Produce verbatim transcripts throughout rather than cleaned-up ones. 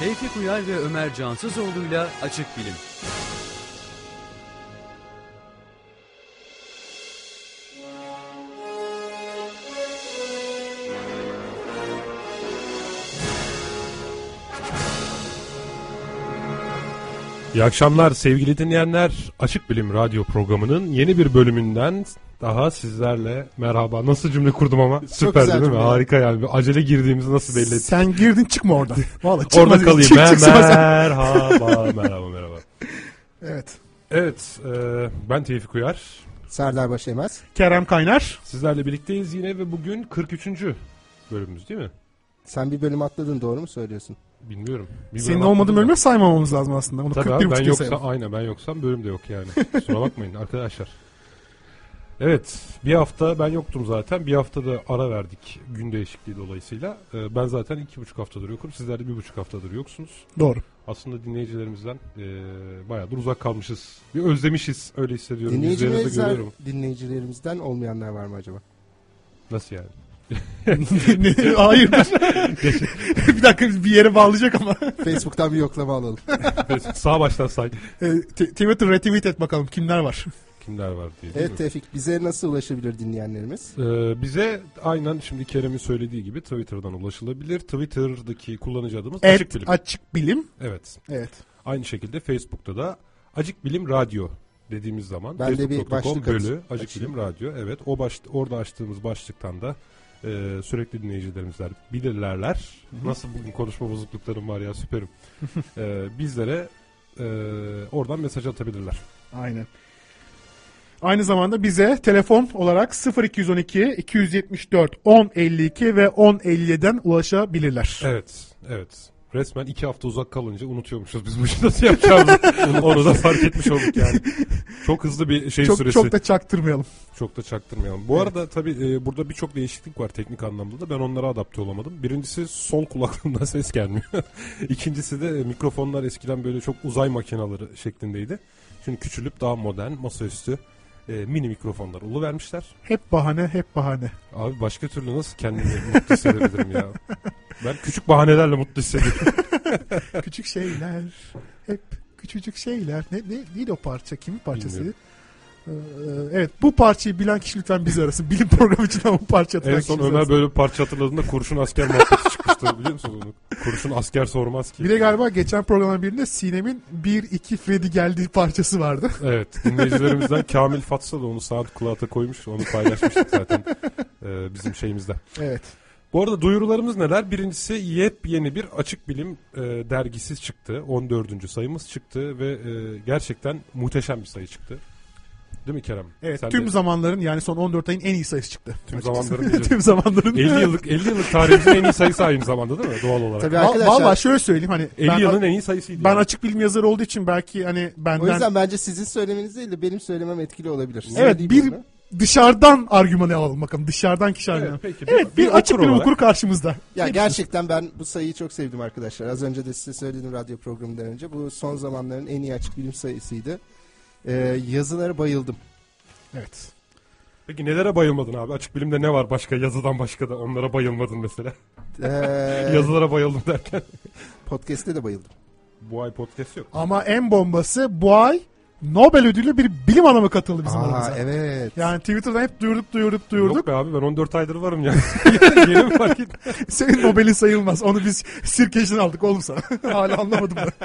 Tevfik Uyar ve Ömer Cansızoğlu'yla Açık Bilim. İyi akşamlar sevgili dinleyenler. Açık Bilim Radyo programının yeni bir bölümünden daha sizlerle merhaba. Nasıl cümle kurdum ama? Süper değil mi? Harika yani. Acele girdiğimizi nasıl belli ettik? Sen girdin, çıkma oradan. Vallahi çıkma. Orada kalayım. Çık, çık, merhaba, merhaba, merhaba. Evet. Evet, e, ben Tevfik Uyar. Serdar Başemez. Kerem Kaynar. Sizlerle birlikteyiz yine ve bugün kırk üçüncü bölümümüz değil mi? Sen bir bölüm atladın, doğru mu söylüyorsun? Bilmiyorum. Bir Senin olmadığın bölümü saymamamız lazım aslında. Onu tabii abi, ben yoksa aynen ben yoksam bölüm de yok yani. Kusura bakmayın arkadaşlar. Evet, bir hafta ben yoktum zaten. Bir hafta da ara verdik gün değişikliği dolayısıyla. Ee, ben zaten iki buçuk haftadır yokum. Sizler de bir buçuk haftadır yoksunuz. Doğru. Aslında dinleyicilerimizden e, bayağıdır uzak kalmışız. Bir özlemişiz, öyle hissediyorum. Dinleyicilerimizden, dinleyicilerimizden olmayanlar var mı acaba? Nasıl yani? Hayır. Bir dakika, bir yere bağlayacak ama. Facebook'tan bir yoklama alalım. Sağ baştan say. Twitter retweet et bakalım kimler var. Kimler var diye. Evet Tevfik, bize nasıl ulaşabilir dinleyenlerimiz? Ee, bize aynen şimdi Kerem'in söylediği gibi Twitter'dan ulaşılabilir. Twitter'daki kullanıcı adımız Et, Açık Bilim. Açık Bilim. Evet. Evet. Aynı şekilde Facebook'ta da Açık Bilim Radyo dediğimiz zaman ben de bir başlık bölü Açık açayım. Bilim Radyo. Evet. O baş, orada açtığımız başlıktan da e, sürekli dinleyicilerimizler bilirlerler. Hı-hı. Nasıl bugün konuşma bozukluklarım var ya, süperim. e, bizlere e, oradan mesaj atabilirler. Aynen. Aynı zamanda bize telefon olarak sıfır iki on iki iki yetmiş dört on elli iki ve on elli yediden ulaşabilirler. Evet, evet. Resmen iki hafta uzak kalınca unutuyormuşuz biz bu işi nasıl yapacağımızı. Onu da fark etmiş olduk yani. Çok hızlı bir şey çok, süresi. Çok da çaktırmayalım. Çok da çaktırmayalım. Bu evet. arada tabii e, burada birçok değişiklik var teknik anlamda da. Ben onlara adapte olamadım. Birincisi sol kulaklığımdan ses gelmiyor. İkincisi de e, mikrofonlar eskiden böyle çok uzay makineleri şeklindeydi. Şimdi küçülüp daha modern, masaüstü e, mini mikrofonlar oluvermişler. Hep bahane, hep bahane. Abi başka türlü nasıl kendimi mutlu hissedebilirim ya? Ben küçük bahanelerle mutlu hissediyorum. Küçük şeyler, hep küçücük şeyler. Ne, ne neydi o parça? Kimin parçasıydı? Ee, evet, bu parçayı bilen kişi lütfen bizi arasın. Bilim programı için bu parça hatırlayan en son Ömer arasın. Böyle bir parça hatırladığında kurşun asker muhabbeti çıkmıştı, biliyor musunuz onu? Kurşun asker sormaz ki. Bir de galiba geçen programın birinde Sinem'in bir iki Freddy geldiği parçası vardı. Evet, dinleyicilerimizden Kamil Fatsa da onu saat kulağına koymuş, onu paylaşmıştık zaten ee, bizim şeyimizde. Evet. Bu arada duyurularımız neler? Birincisi yepyeni bir Açık Bilim e, dergisi çıktı. on dördüncü sayımız çıktı ve e, gerçekten muhteşem bir sayı çıktı. Değil mi Kerem? Evet, sen tüm de... zamanların yani son on dört ayın en iyi sayısı çıktı. Tüm açıkçası. zamanların tüm zamanların elli yıllık elli yıllık tarihimizin en iyi sayısı aynı zamanda değil mi? Doğal olarak. Tabii arkadaşlar. Vallahi şöyle söyleyeyim, hani elli ben, yılın en iyi sayısıydı. Ben yani. Açık Bilim yazarı olduğu için belki hani benden. O yüzden bence sizin söylemeniz değil de benim söylemem etkili olabilir. Evet, bir onu. Dışarıdan argümanı alalım bakalım. Dışarıdan kişi argümanı. Evet, peki, evet, bir, bir Açık Bilim okuru karşımızda. Ya gerçekten ben bu sayıyı çok sevdim arkadaşlar. Az önce de size söyledim radyo programından önce. Bu son zamanların en iyi Açık Bilim sayısıydı. Ee, yazılara bayıldım. Evet. Peki nelere bayılmadın abi? Açık Bilim'de ne var başka, yazıdan başka da onlara bayılmadın mesela? Ee... Yazılara bayıldım derken. Podcast'te de bayıldım. Bu ay podcast yok. Ama en bombası bu ay Nobel ödüllü bir bilim adamı katıldı bizim Aa, aramıza. Evet. Yani Twitter'dan hep duyurduk duyurduk duyurduk. Yok be abi, ben on dört aydır varım ya. Yeni mi fark ettim? Senin Nobel'in sayılmaz. Onu biz Sirkeş'ten aldık oğlum sana. Hala anlamadım ben.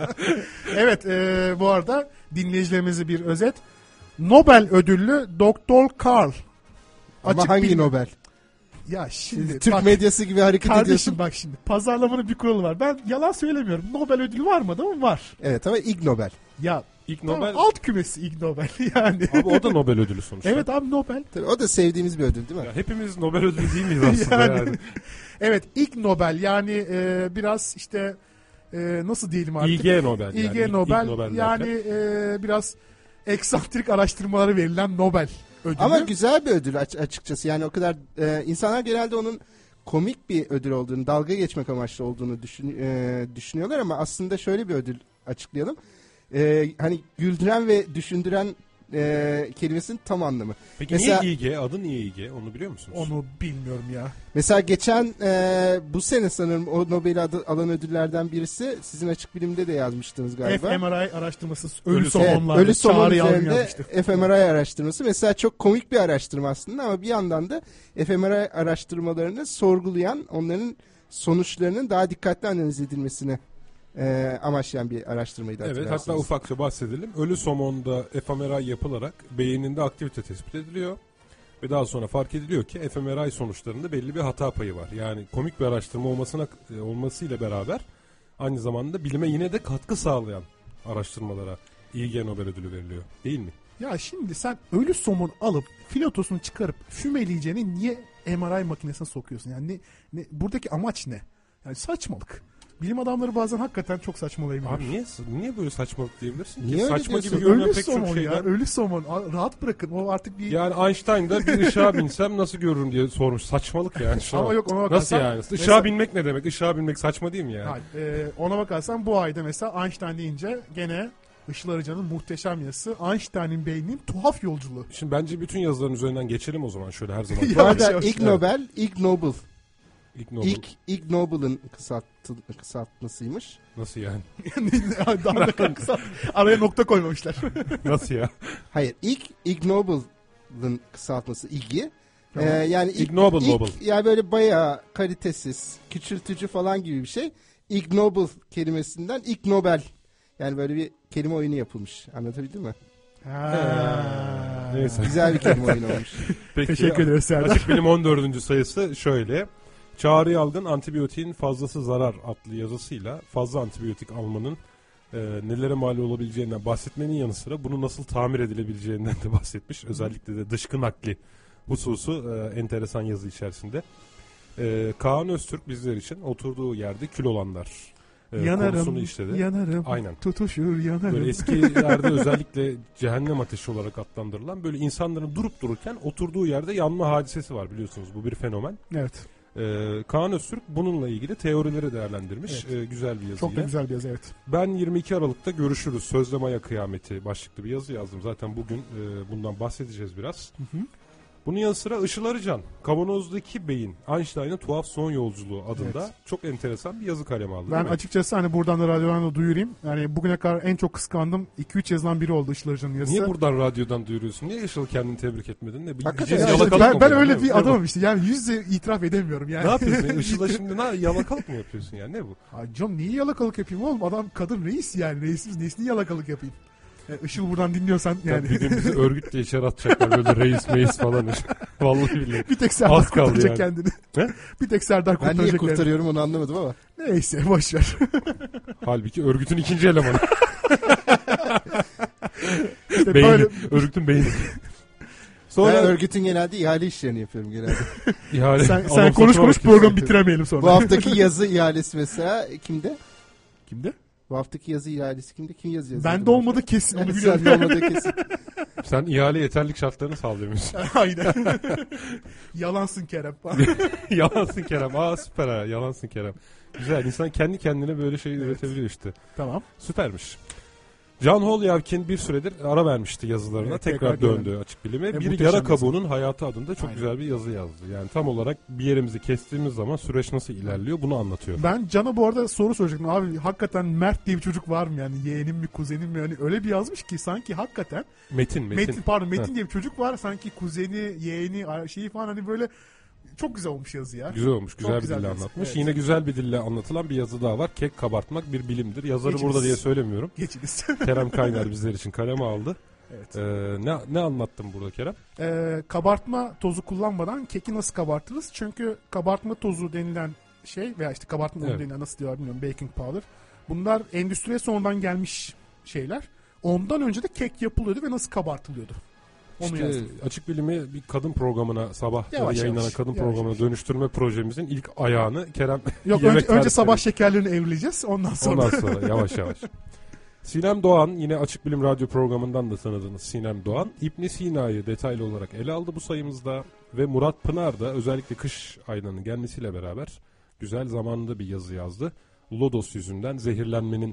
Evet, e, bu arada dinleyicilerimize bir özet. Nobel ödüllü Doktor Karl. Ama Açık hangi bilim... Nobel? Ya şimdi Türk bak, medyası gibi hareket kardeşim ediyorsun. Kardeşim bak şimdi pazarlamanın bir kuralı var. Ben yalan söylemiyorum. Nobel ödülü var mı? Değil mi? Var. Evet ama Ig Nobel. Ya Ig Nobel. Tamam, alt kümesi Ig Nobel yani. Abi o da Nobel ödülü sonuçta. Evet abi, Nobel. Tabii, o da sevdiğimiz bir ödül değil mi? Ya hepimiz Nobel ödülü değil miyiz aslında yani? yani? Evet, Ig Nobel yani e, biraz işte e, nasıl diyelim artık? İ G Nobel. İ G yani. Nobel, İg Nobel yani e, biraz eksantrik araştırmaları verilen Nobel ödülü. Ama güzel bir ödül açıkçası. Yani o kadar e, insanlar genelde onun komik bir ödül olduğunu, dalga geçmek amaçlı olduğunu düşün, e, düşünüyorlar ama aslında şöyle bir ödül açıklayalım. E, hani güldüren ve düşündüren e, kelimesinin tam anlamı. Peki Mesela- niye İ G? Adı niye İ G? Onu biliyor musunuz? Onu bilmiyorum ya. Mesela geçen e, bu sene sanırım o Nobel adı, alan ödüllerden birisi sizin açık bilimde de yazmıştınız galiba. F M R I araştırması ölü, Ölü- somonlar. Evet, ölü somon çağrı yalgın üzerinde yazmıştı. F M R I araştırması. Mesela çok komik bir araştırma aslında ama bir yandan da F M R I araştırmalarını sorgulayan, onların sonuçlarının daha dikkatli analiz edilmesini e, amaçlayan bir araştırmaydı. Evet, hatta hatırlarsanız. ufakça bahsedelim. Ölü somonda F M R I yapılarak beyninde aktivite tespit ediliyor. Ve daha sonra fark ediliyor ki F M R I sonuçlarında belli bir hata payı var. Yani komik bir araştırma olmasına olmasıyla beraber aynı zamanda bilime yine de katkı sağlayan araştırmalara İ G Nobel ödülü veriliyor. Değil mi? Ya şimdi sen ölü somon alıp filotosunu çıkarıp fümeleyeceğini niye M R I makinesine sokuyorsun? Yani ne, ne, buradaki amaç ne? Yani saçmalık. Bilim adamları bazen hakikaten çok saçmalayabiliyor. Abi niye niye böyle saçmalık diyebilirsin ki? Niye öyle Saçma gibi diyorsun? görünen Ölü pek çok somon ya, şeyden. ölü somon. A- Rahat bırakın. O artık bir... Yani Einstein'da bir ışığa binsem nasıl görürüm diye sormuş. Saçmalık yani. Şu Ama an. yok ona Nasıl bakarsan... yani? Işığa Mesela- binmek ne demek? Işığa binmek saçma değil mi yani? Hayır, e, ona bakarsan bu ayda mesela Einstein deyince gene Işıl Arıcan'ın muhteşem yazısı Einstein'in beyninin tuhaf yolculuğu. Şimdi bence bütün yazıların üzerinden geçelim o zaman şöyle her zaman. Bu Yavaş arada yavaş, Ig evet. Nobel, Ig Nobel. İlk Nobel. İlk Ig Nobel'ın kısaltı, kısaltmasıymış. Nasıl yani? Daha da kısa. Araya nokta koymamışlar. Nasıl ya? Hayır, ilk Ig Nobel'ın kısaltması Ig'i. Tamam. Ee, yani ilk, Ig Nobel, ilk- Nobel. yani böyle bayağı kalitesiz, küçültücü falan gibi bir şey. Ig Nobel kelimesinden Ig Nobel. Yani böyle bir kelime oyunu yapılmış. Anlatabildim mi? Ha. Neyse. Güzel bir kelime oyunu olmuş. Peki, Teşekkür ederiz Serdar. Açık Bilim on dördüncü sayısı şöyle. Çağrı Yalgın Antibiyotiğin Fazlası Zarar adlı yazısıyla fazla antibiyotik almanın e, nelere mal olabileceğinden bahsetmenin yanı sıra bunu nasıl tamir edilebileceğinden de bahsetmiş. Özellikle de dışkı nakli hususu e, enteresan yazı içerisinde. E, Kaan Öztürk bizler için oturduğu yerde kül olanlar e, konusunu Yanarım, işledi. yanarım, Aynen. tutuşur yanarım. Böyle eskilerde özellikle cehennem ateşi olarak adlandırılan böyle insanların durup dururken oturduğu yerde yanma hadisesi var biliyorsunuz. Bu bir fenomen. Evet. Ee, Kaan Öztürk bununla ilgili teorileri değerlendirmiş. Evet. Ee, güzel bir yazıyla. Çok da güzel bir yazı, evet. Ben yirmi iki Aralık'ta görüşürüz. Sözde Maya Kıyameti başlıklı bir yazı yazdım. Zaten bugün e, bundan bahsedeceğiz biraz. Hı hı. Bunun yanı sıra Işıl Arıcan, Kavanozdaki Beyin, Einstein'ın Tuhaf Son Yolculuğu adında Evet. çok enteresan bir yazı kaleme aldı. Ben değil mi? açıkçası hani buradan da radyodan da duyurayım. Yani bugüne kadar en çok kıskandığım iki üç yazılan biri oldu Işıl Arıcan'ın yazısı. Niye buradan radyodan duyuruyorsun? Niye Işıl kendini tebrik etmedin? Ne? Hakikaten Bileceğiz, ya, yalakalık ben, mı ben bu? öyle Ne- bir ne adamım bu? işte. Yani yüzle itiraf edemiyorum yani. Ne yapıyorsun? Işıl'a şimdi ne, yalakalık mı yapıyorsun yani? Ne bu? Ay canım niye yalakalık yapayım oğlum? Adam kadın reis yani. Reisimiz nesini yalakalık yapayım? Yani Işıl buradan dinliyorsan Yani. yani. Bir gün bizi örgütle içeri atacaklar böyle reis meis falan. Vallahi billahi. bir tek Serdar Az kaldı kurtaracak yani. kendini. Ne? Bir tek Serdar Ben kurtaracak niye kendini. kurtarıyorum onu anlamadım ama. Neyse boşver. Halbuki örgütün ikinci elemanı. İşte Beyni. böyle Örgütün beyni. Sonra Sonra ben örgütün genelde ihale işlerini yapıyorum genelde. ihale. sen, Adam sen konuş satın konuş almak programı istiyor. bitiremeyelim sonra. Bu haftaki yazı ihalesi mesela kimde? Kimde? Bu haftaki yazı ihalesi kimde? Kim yazı yazıyor? Bende olmadı kesin onu Evet, biliyorum. sende olmadı kesin. Sen ihale yeterlik şartlarını sağlıyormuşsun. Aynen. Yalansın Kerem. Yalansın Kerem. Aa süper ha. Yalansın Kerem. Güzel. İnsan kendi kendine böyle şey üretebiliyor işte. Tamam. Süpermiş. Can Holyavkin bir süredir ara vermişti yazılarına. Evet, tekrar, tekrar döndü açık bilime. E, bir muhteşem yara yazı. kabuğunun hayatı adında çok Aynen. güzel bir yazı yazdı. Yani tam olarak bir yerimizi kestiğimiz zaman süreç nasıl ilerliyor bunu anlatıyor. Ben Can'a bu arada soru soracaktım. Abi hakikaten Mert diye bir çocuk var mı yani? Yeğenim mi kuzenim mi? Yani öyle bir yazmış ki sanki hakikaten Metin, Metin. Metin, pardon Metin Heh. diye bir çocuk var. Sanki kuzeni, yeğeni şeyi falan hani böyle çok güzel olmuş yazı ya. Güzel olmuş. Güzel Çok bir güzel dille bir yazı. anlatmış. Evet. Yine güzel bir dille anlatılan bir yazı daha var. Kek kabartmak bir bilimdir. Yazarı Geçiniz. burada diye söylemiyorum. Geçiniz. Kerem Kaynar bizler için kaleme aldı. Evet. Ee, ne, ne anlattım burada Kerem? Ee, kabartma tozu kullanmadan keki nasıl kabartırız? Çünkü kabartma tozu denilen şey veya işte kabartma unu Evet. denilen nasıl diyorlar bilmiyorum, baking powder. Bunlar endüstriye sonradan gelmiş şeyler. Ondan önce de kek yapılıyordu ve nasıl kabartılıyordu? Onu İşte yazdım. açık bilimi bir kadın programına sabah Yavaş yayınlanan yavaş, kadın yavaş programına yavaş. dönüştürme projemizin ilk ayağını Kerem Yok yemek önce, önce tarifleri. sabah şekerlerini evrileceğiz ondan sonra. Ondan sonra yavaş yavaş. Sinem Doğan yine Açık Bilim Radyo programından da tanıdığınız Sinem Doğan İbn Sina'yı detaylı olarak ele aldı bu sayımızda ve Murat Pınar da özellikle kış aylarının gelmesiyle beraber güzel zamanında bir yazı yazdı. Lodos yüzünden zehirlenmenin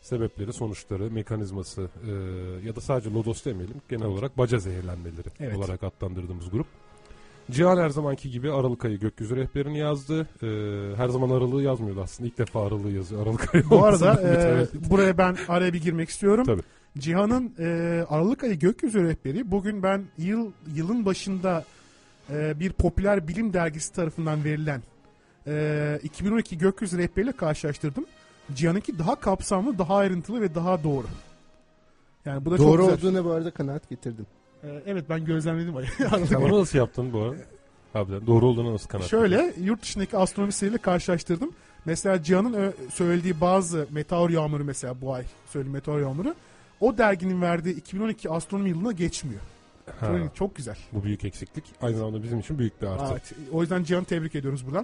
sebepleri, sonuçları, mekanizması e, ya da sadece lodos demeyelim, genel olarak baca zehirlenmeleri Evet. olarak adlandırdığımız grup. Cihan her zamanki gibi Aralık ayı gökyüzü rehberini yazdı. Ee, her zaman Aralık'ı yazmıyordu aslında. İlk defa Aralık'ı yazıyor. Aralık ayı Bu arada olmasından e, mütevellit. buraya ben araya bir girmek istiyorum. Tabii. Cihan'ın e, Aralık ayı gökyüzü rehberi bugün ben yıl yılın başında e, bir popüler bilim dergisi tarafından verilen e, iki bin on iki gökyüzü rehberiyle karşılaştırdım. Cihan'ınki daha kapsamlı, daha ayrıntılı ve daha doğru. Yani bu da Doğru çok güzel. olduğuna bu arada kanaat getirdim. E, evet ben gözlemledim. Onu nasıl yaptın bu arada? Harbiden doğru olduğuna nasıl kanat? Şöyle yurt dışındaki astronomistleriyle karşılaştırdım. Mesela Cihan'ın ö- söylediği bazı meteor yağmuru, mesela bu ay söylediği meteor yağmuru o derginin verdiği iki bin on iki astronomi yılına geçmiyor. Ha, Şöyle, çok güzel. bu büyük eksiklik. Aynı zamanda bizim için büyük bir artı. Evet, o yüzden Cihan'ı tebrik ediyoruz buradan.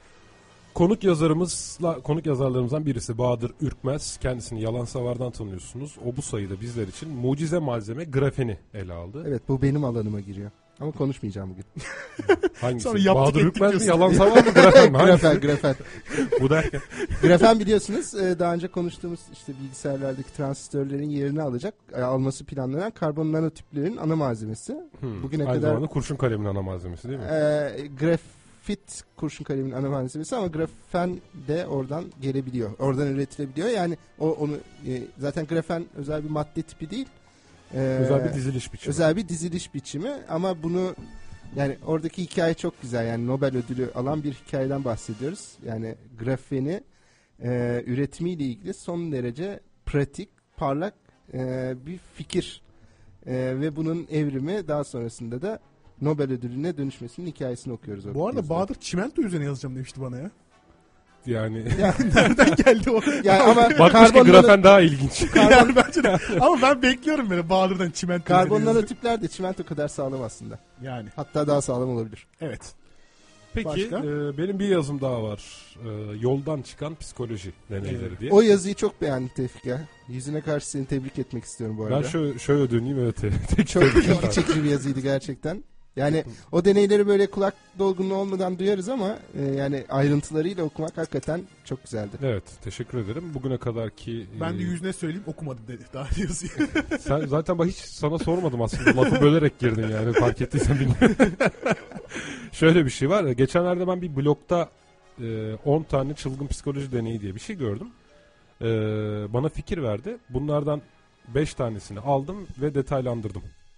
Konuk yazarımızla konuk yazarlarımızdan birisi Bahadır Ürkmez. Kendisini Yalan Savar'dan tanıyorsunuz. O bu sayıda bizler için mucize malzeme grafeni ele aldı. Evet, bu benim alanıma giriyor. Ama konuşmayacağım bugün. Hangisi? Sonra yaptık Bahadır ettik Ürkmez mi? diyorsun. Yalan Savar mı? Grafen mi? grafen, Hangisi? grafen. Bu derken. Grafen biliyorsunuz e, daha önce konuştuğumuz işte bilgisayarlardaki transistörlerin yerini alacak, e, alması planlanan karbon nanotüplerin ana malzemesi. Hmm. Bugüne Aynı kadar zamanda kurşun kalemin ana malzemesi değil mi? e, grafit kurşun kalemin ana malzemesi ama grafen de oradan gelebiliyor. Oradan üretilebiliyor. Yani o onu e, zaten grafen özel bir madde tipi değil. E, Özel bir diziliş biçimi. Özel bir diziliş biçimi ama bunu yani oradaki hikaye çok güzel. Yani Nobel ödülü alan bir hikayeden bahsediyoruz. Yani grafeni e, üretimiyle ilgili son derece pratik, parlak e, bir fikir. E, ve bunun evrimi daha sonrasında da Nobel ödülüne dönüşmesinin hikayesini okuyoruz. Bu arada yazıda. Bahadır çimento üzerine yazacağım demişti bana ya. Yani Nereden geldi o? Yani ama bakmış ki karbon, nano, grafen daha ilginç. yani bence de. Ama ben bekliyorum böyle Bahadır'dan çimento karbon üzerine yazı. nanotüpler de çimento kadar sağlam aslında. Yani Hatta daha sağlam olabilir. evet. Peki Başka? e, benim bir yazım daha var. E, yoldan çıkan psikoloji deneyleri diye. O yazıyı çok beğendim Tevfik ya. Yüzüne karşı seni tebrik etmek istiyorum bu arada. Ben şöyle, şöyle döneyim evet. Tek Çok tebrik ilgi ederim. çekici bir yazıydı gerçekten. Yani o deneyleri böyle kulak dolgunluğu olmadan duyarız ama e, yani ayrıntılarıyla okumak hakikaten çok güzeldi. Evet teşekkür ederim. Bugüne kadar ki Ben de e, yüzüne söyleyeyim okumadım dedi daha yazıyı. sen zaten bak hiç sana sormadım aslında. Lafı bölerek girdin yani fark ettiysen bilmiyorum. Şöyle bir şey var. Geçenlerde ben bir blogda e, on tane çılgın psikoloji deneyi diye bir şey gördüm. E, bana fikir verdi. Bunlardan beş tanesini aldım ve detaylandırdım.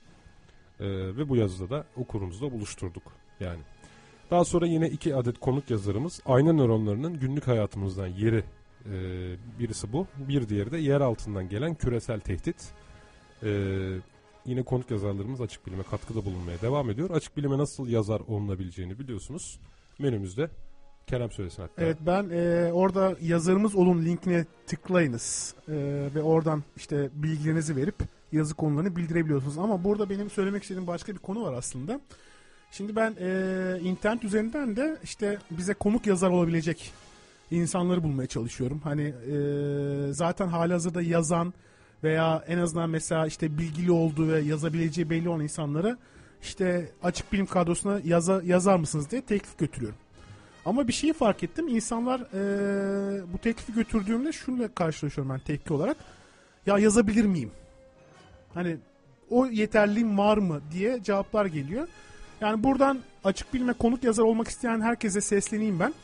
E, ve bu yazıda da okurumuzla buluşturduk. Yani. Daha sonra yine iki adet konuk yazarımız ayna nöronlarının günlük hayatımızdan yeri, e, birisi bu. Bir diğeri de yer altından gelen küresel tehdit. E, yine konuk yazarlarımız Açık Bilim'e katkıda bulunmaya devam ediyor. Açık Bilim'e nasıl yazar olunabileceğini biliyorsunuz. Menümüzde Kerem söylesin hatta. Evet ben e, orada yazarımız olun linkine tıklayınız e, ve oradan işte bilgilerinizi verip yazı konularını bildirebiliyorsunuz. Ama burada benim söylemek istediğim başka bir konu var aslında. Şimdi ben e, internet üzerinden de işte bize konuk yazar olabilecek insanları bulmaya çalışıyorum. Hani e, zaten halihazırda yazan veya en azından mesela işte bilgili olduğu ve yazabileceği belli olan insanlara işte Açık Bilim kadrosuna yaza, yazar mısınız diye teklif götürüyorum. Ama bir şeyi fark ettim. İnsanlar e, bu teklifi götürdüğümde şununla karşılaşıyorum ben tepki olarak. Ya yazabilir miyim? Hani o yeterliğim var mı diye cevaplar geliyor. Yani buradan Açık Bilim'e konuk yazar olmak isteyen herkese sesleneyim ben.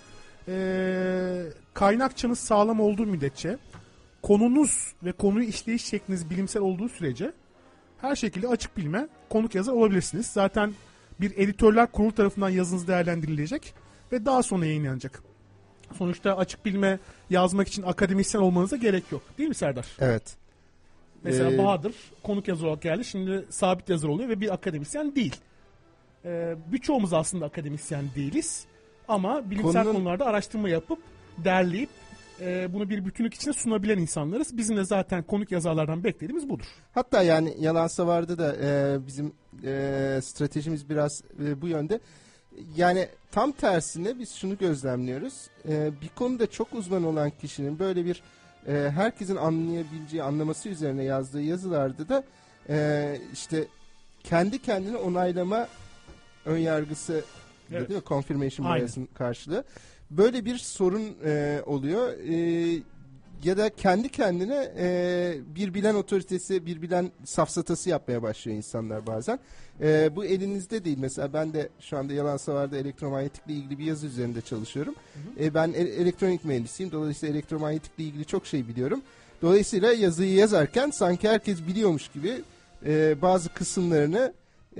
E, kaynakçanız sağlam olduğu müddetçe, konunuz ve konuyu işleyiş şekliniz bilimsel olduğu sürece her şekilde Açık Bilim'e konuk yazar olabilirsiniz. Zaten bir editörler kurulu tarafından yazınız değerlendirilecek ve daha sonra yayınlanacak. Sonuçta Açık Bilim'e yazmak için akademisyen olmanıza gerek yok. Değil mi Serdar? Evet. Mesela Ee, Bahadır konuk yazar olarak geldi. Şimdi sabit yazar oluyor ve bir akademisyen değil. Ee, birçoğumuz aslında akademisyen değiliz. Ama bilimsel Konunun- konularda araştırma yapıp, derleyip e, bunu bir bütünlük içinde sunabilen insanlarız. Bizim de zaten konuk yazarlardan beklediğimiz budur. Hatta yani yalansa vardı da e, bizim e, stratejimiz biraz e, bu yönde. Yani tam tersine biz şunu gözlemliyoruz. E, bir konuda çok uzman olan kişinin böyle bir e, herkesin anlayabileceği, anlaması üzerine yazdığı yazılarda da e, işte kendi kendini onaylama önyargısı, Evet. değil mi? Confirmation Aynen. bias'ın karşılığı. Böyle bir sorun e, oluyor. E, ya da kendi kendine e, bir bilen otoritesi, bir bilen safsatası yapmaya başlıyor insanlar bazen. E, bu elinizde değil. Mesela ben de şu anda Yalan Savar'da elektromanyetikle ilgili bir yazı üzerinde çalışıyorum. Hı hı. E, ben e- elektronik mühendisiyim. Dolayısıyla elektromanyetikle ilgili çok şey biliyorum. Dolayısıyla yazıyı yazarken sanki herkes biliyormuş gibi e, bazı kısımlarını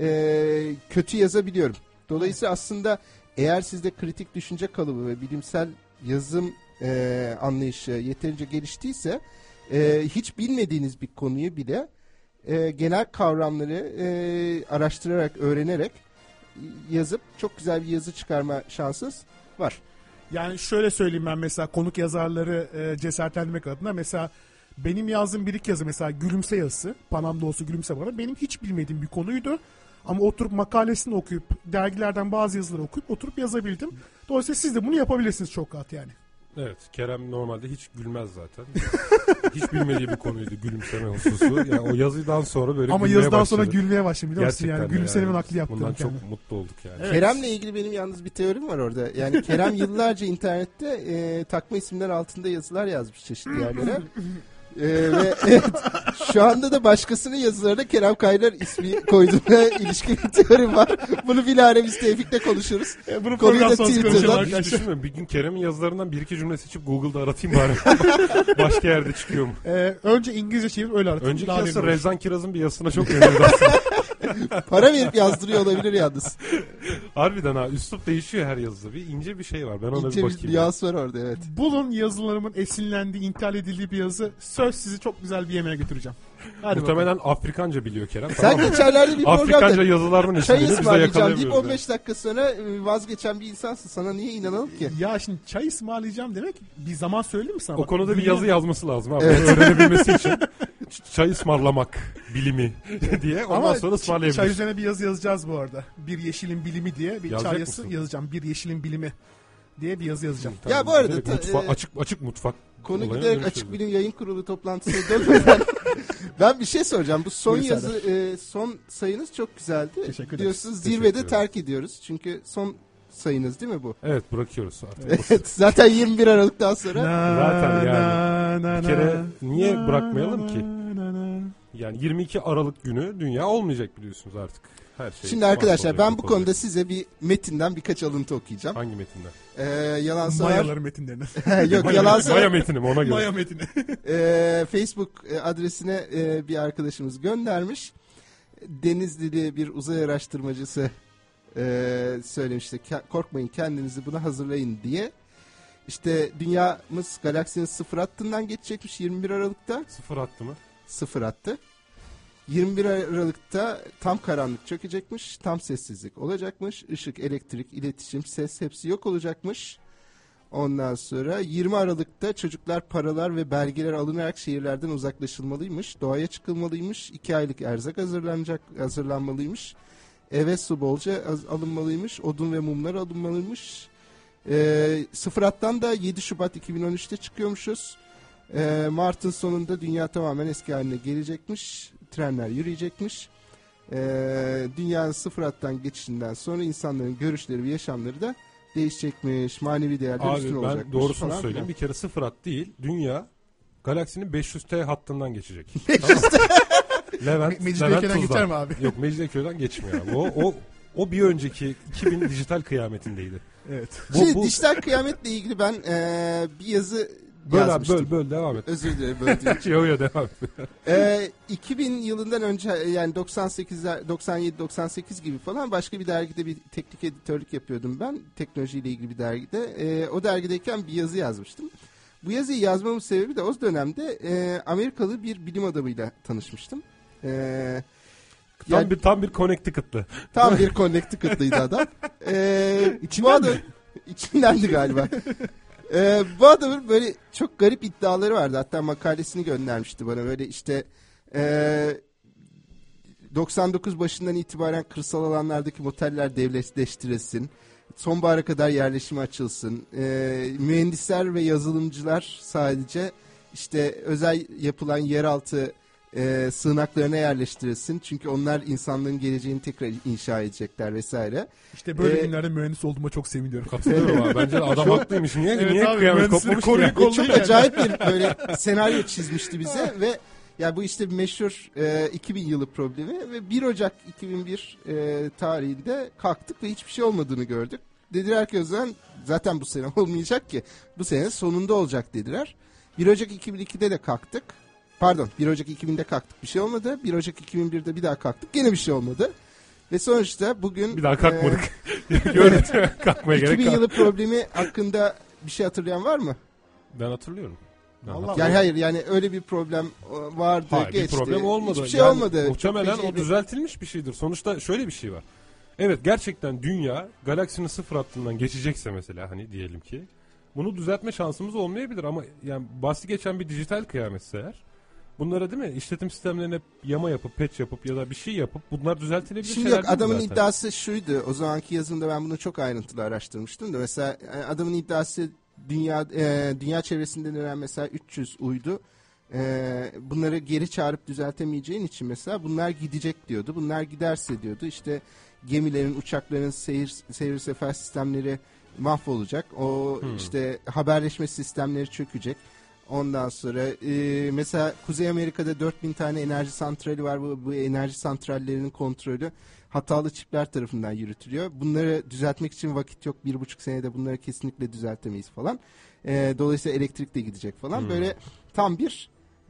e, kötü yazabiliyorum. Dolayısıyla aslında eğer sizde kritik düşünce kalıbı ve bilimsel yazım e, anlayışı yeterince geliştiyse e, hiç bilmediğiniz bir konuyu bile e, genel kavramları e, araştırarak, öğrenerek yazıp çok güzel bir yazı çıkarma şansınız var. Yani şöyle söyleyeyim, ben mesela konuk yazarları e, cesaretlendirmek adına mesela benim yazdığım bir iki yazı, mesela Gülümse yazısı, Panam'da olsa Gülümse bana, benim hiç bilmediğim bir konuydu. Ama oturup makalesini okuyup, dergilerden bazı yazıları okuyup oturup yazabildim. Dolayısıyla siz de bunu yapabilirsiniz çok rahat yani. Evet, Kerem normalde hiç gülmez zaten. Hiç bilmediği bir konuydu gülümseme hususu. Yani o yazıdan sonra böyle ama gülmeye yazıdan başladı. sonra gülmeye başladım, biliyor musun? Gerçekten Yani gülümsemenin yani. aklı yaptım. Bundan kendime. çok mutlu olduk yani. Evet. Kerem'le ilgili benim yalnız bir teorim var orada. Yani Kerem yıllarca internette e, takma isimler altında yazılar yazmış çeşitli yerlere. Ee, ve evet, şu anda da başkasının yazılarına Kerem Kaynar ismi koyduğuna ilişkin bir teorim var. Bunu bilahare biz Tevfik'le konuşuruz. E, bunu Konuyu da program sonrası konuşalım Twitter'dan Hiç arkadaşlar. düşünmüyorum. Bir gün Kerem'in yazılarından bir iki cümle seçip Google'da aratayım bari. Başka yerde çıkıyor mu? Ee, önce İngilizce çevir, öyle aratın. Önceki Daha yazısı verimli olur. Rezan Kiraz'ın bir yazısına çok benziyordu aslında. para verip yazdırıyor olabilir yalnız. Harbiden ha, üslup değişiyor her yazıda. Bir ince bir şey var. Ben ona İnce bir bir bakayım. nüans var orada, evet. Bulun yazılarımın esinlendiği, intihal edildiği bir yazı. Söz sizi çok güzel bir yemeğe götüreceğim. Hadi Muhtemelen Afrikanca biliyor Kerem. Sen tamam mı? geçenlerde bir Afrikanca programda yazılarının çay ismini bize ısmarlayacağım deyip yakalayamıyoruz. on beş dakika sonra e, vazgeçen bir insansın. Sana niye inanalım ki? Ya şimdi çay ısmarlayacağım demek bir zaman söyleyeyim mi sana? O Bak, konuda bir dünya- yazı yazması lazım abi. Evet. Bunu öğrenebilmesi için. Ç- Çay ısmarlamak bilimi diye ondan Ama sonra ç- ısmarlayabilir. çay üzerine bir yazı yazacağız bu arada. Bir yeşilin bilimi diye bir Yazacak çay yazısı mısın? yazacağım. Bir yeşilin bilimi diye bir yazı yazacağım. Tamam, Ya bu arada direkt ta- mutfa- e, açık açık mutfak. Konu olayına giderek dönüşüyor. Açık Bilim Yayın Kurulu toplantısına dönmeden ben bir şey soracağım. Bu son Buyur yazı, e, son sayınız çok güzeldi. Teşekkür ederiz. Diyorsunuz Teşekkür zirvede ederim. terk ediyoruz. Çünkü son sayınız değil mi bu? Evet, bırakıyoruz artık. Evet, zaten yirmi bir Aralık'tan sonra. Zaten yani na, bir kere na, niye na, bırakmayalım ki? na, na. Yani yirmi iki Aralık günü dünya olmayacak biliyorsunuz artık. Her şey. Şimdi arkadaşlar mahvolacak, ben bu yok konuda olacak. size bir metinden birkaç alıntı okuyacağım. Hangi metinden? Ee, yalan savar. Mayaları metinlerine. Yok Maya, yalan Maya savar. metini mi, ona göre. Maya metini. Ee, Facebook e, adresine e, bir arkadaşımız göndermiş. Denizli'li bir uzay araştırmacısı e, söylemişti. Ke- korkmayın, kendinizi buna hazırlayın diye. İşte dünyamız galaksinin sıfır hattından geçecekmiş yirmi bir Aralık'ta. Sıfır attı mı? Sıfır hattı. yirmi bir Aralık'ta tam karanlık çökecekmiş. Tam sessizlik olacakmış. Işık, elektrik, iletişim, ses hepsi yok olacakmış. Ondan sonra yirmi Aralık'ta çocuklar paralar ve belgeler alınarak şehirlerden uzaklaşılmalıymış. Doğaya çıkılmalıymış. iki aylık erzak hazırlanacak, hazırlanmalıymış. Eve su bolca az- alınmalıymış. Odun ve mumlar alınmalıymış. Ee, sıfır hattan da yedi Şubat iki bin on üçte çıkıyormuşuz. Ee, Mart'ın sonunda dünya tamamen eski haline gelecekmiş. Trenler yürüyecekmiş. Ee, dünyanın sıfır hattan geçişinden sonra insanların görüşleri ve yaşamları da değişecekmiş. Manevi değerler üstün Abi olacakmış. ben doğrusunu falan söyleyeyim. filan. Bir kere sıfır hat değil. Dünya galaksinin beş yüz T hattından geçecek. Tamam. Levent, Mecidiyeköy'den Levent geçer Tuz'dan. mi abi? Yok, Mecidiyeköy'den geçmiyor abi. O, o, o bir önceki iki bin dijital kıyametindeydi. Evet. Bu, Şimdi bu, dijital kıyametle ilgili ben ee, bir yazı böl abi, yazmıştım. böl böl devam et. Özür dilerim. Böyle Yo yo devam et. Ee, iki bin yılından önce yani doksan sekizler doksan yedi doksan sekiz gibi falan başka bir dergide bir teknik editörlük yapıyordum ben. Teknolojiyle ilgili bir dergide. Ee, o dergideyken bir yazı yazmıştım. Bu yazıyı yazmamın sebebi de o dönemde e, Amerikalı bir bilim adamıyla tanışmıştım. Ee, Tam yani bir tam bir Connecticut'lı. tam bir Connecticut'lıydı adam. Ee, İçinden bu adam, mi? İçindendi galiba. Ee, bu adamın böyle çok garip iddiaları vardı. Hatta makalesini göndermişti bana. Böyle işte e, doksan dokuz başından itibaren kırsal alanlardaki moteller devletleştirilsin. Sonbahara kadar yerleşime açılsın. E, mühendisler ve yazılımcılar sadece işte özel yapılan yeraltı e, sığınaklarına yerleştirilsin. Çünkü onlar insanlığın geleceğini tekrar inşa edecekler vesaire. İşte böyle Ee, günlerde mühendis olduğuma çok seviniyorum. Katılıyorum abi. Bence adam haklıymış. Niye, Evet niye abi, kıyamet mühendisleri kopmamış ki? koruyup kollayın Çok yani. acayip bir böyle senaryo çizmişti bize ve ya bu işte bir meşhur e, iki bin yılı problemi ve bir Ocak iki bin bir e, tarihinde kalktık ve hiçbir şey olmadığını gördük. Dediler ki o zaman zaten bu sene olmayacak ki. Bu sene sonunda olacak dediler. bir Ocak iki bin ikide de kalktık. Pardon bir Ocak iki binde kalktık, bir şey olmadı. bir Ocak iki bin birde bir daha kalktık, gene bir şey olmadı. Ve sonuçta bugün... Bir daha kalkmadık. E, Gördük. Kalkmaya gerek iki bin yok. yılı problemi hakkında bir şey hatırlayan var mı? Ben hatırlıyorum. Ben Vallahi- hatırlıyorum. Yani hayır yani öyle bir problem e, vardı, Hayır, geçti. bir problem olmadı. Hiçbir şey Yani olmadı. Muhtemelen Çok o feci- düzeltilmiş bir şeydir. Sonuçta şöyle bir şey var. Evet, gerçekten dünya galaksinin sıfır hattından geçecekse mesela hani diyelim ki bunu düzeltme şansımız olmayabilir ama yani bahsi geçen bir dijital kıyametse eğer bunlara değil mi işletim sistemlerine yama yapıp patch yapıp ya da bir şey yapıp bunlar düzeltilebilir Şimdi şeyler yok, değil mi adamın zaten? iddiası şuydu. O zamanki yazımda ben bunu çok ayrıntılı araştırmıştım da mesela e, adamın iddiası dünya e, dünya çevresinde dönen mesela üç yüz uydu. E, bunları geri çağırıp düzeltemeyeceğin için mesela bunlar gidecek diyordu. Bunlar giderse diyordu işte gemilerin, uçakların seyir seyir sefer sistemleri mahvolacak. O Hmm. işte haberleşme sistemleri çökecek. Ondan sonra e, mesela Kuzey Amerika'da dört bin tane enerji santrali var. Bu, bu enerji santrallerinin kontrolü hatalı çipler tarafından yürütülüyor. Bunları düzeltmek için vakit yok. Bir buçuk senede bunları kesinlikle düzeltemeyiz falan. E, dolayısıyla elektrik de gidecek falan. Hmm. Böyle tam bir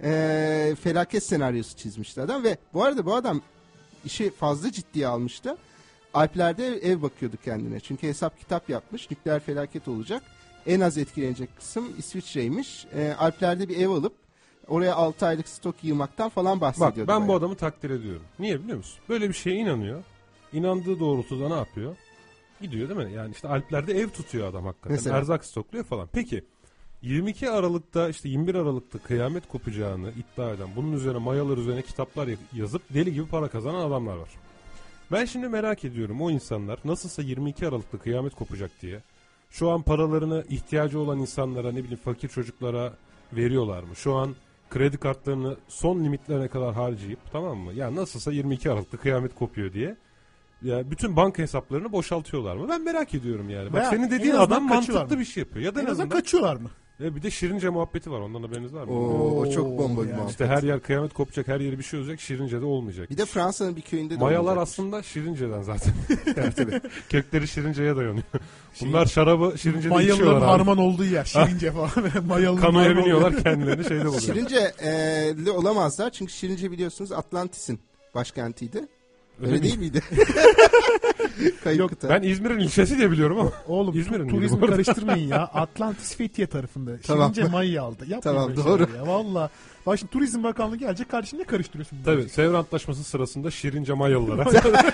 e, felaket senaryosu çizmişti adam. Ve bu arada bu adam işi fazla ciddiye almıştı. Alplerde ev, ev bakıyordu kendine. Çünkü hesap kitap yapmış. Nükleer felaket olacak. En az etkilenecek kısım İsviçre'ymiş. E, Alplerde bir ev alıp oraya altı aylık stok yığmaktan falan Bak bahsediyordu. ben bu bayağı. adamı takdir ediyorum. Niye biliyor musun? Böyle bir şeye inanıyor. İnandığı doğrultuda ne yapıyor? Gidiyor değil mi? Yani işte Alplerde ev tutuyor adam hakikaten. Mesela. Erzak stokluyor falan. Peki yirmi iki Aralık'ta işte yirmi bir Aralık'ta kıyamet kopacağını iddia eden, bunun üzerine mayalar üzerine kitaplar yazıp deli gibi para kazanan adamlar var. Ben şimdi merak ediyorum o insanlar nasılsa yirmi iki Aralık'ta kıyamet kopacak diye şu an paralarını ihtiyacı olan insanlara, ne bileyim fakir çocuklara veriyorlar mı? Şu an kredi kartlarını son limitlerine kadar harcayıp, tamam mı? Ya nasılsa yirmi iki Aralık'ta kıyamet kopuyor diye ya bütün banka hesaplarını boşaltıyorlar mı? Ben merak ediyorum yani. Bak Veya senin dediğin en azından adam kaçıyorlar mantıklı mı? bir şey yapıyor. Ya da En en azından azından kaçıyorlar mı? ya bir de Şirince muhabbeti var. Ondan haberiniz var mı? Oo, o çok bomba bir Yani muhabbet. İşte her yer kıyamet kopacak, her yeri bir şey olacak. Şirince'de olmayacak. Bir de Fransa'nın bir köyünde de Mayalar olacakmış. aslında Şirince'den zaten. Tabii, tabii. Kökleri Şirince'ye dayanıyor. Bunlar şarabı Şirince'de Mayalıların içiyorlar abi. harman olduğu yer. Şirince falan. Mayalı Kanoya harman biniyorlar olduğu- kendilerini şeyde buluyor. Şirince'li olamazlar çünkü Şirince biliyorsunuz Atlantis'in başkentiydi. Öyle, Öyle değil miydi? Kayıp Yok, kıta. Ben İzmir'in ilçesi diye biliyorum ama. Oğlum İzmir'in tu- miydi turizmi bu arada? karıştırmayın ya. Atlantis Fethiye tarafında. Tamam. Şirince Mayı aldı. Yapmayın Tamam, böyle doğru. şeyler Ya. Valla. Bak şimdi Turizm Bakanlığı gelecek kardeşim ne karıştırıyorsun? bu Tabii işi? Sevr Antlaşması sırasında Şirince Mayalılara.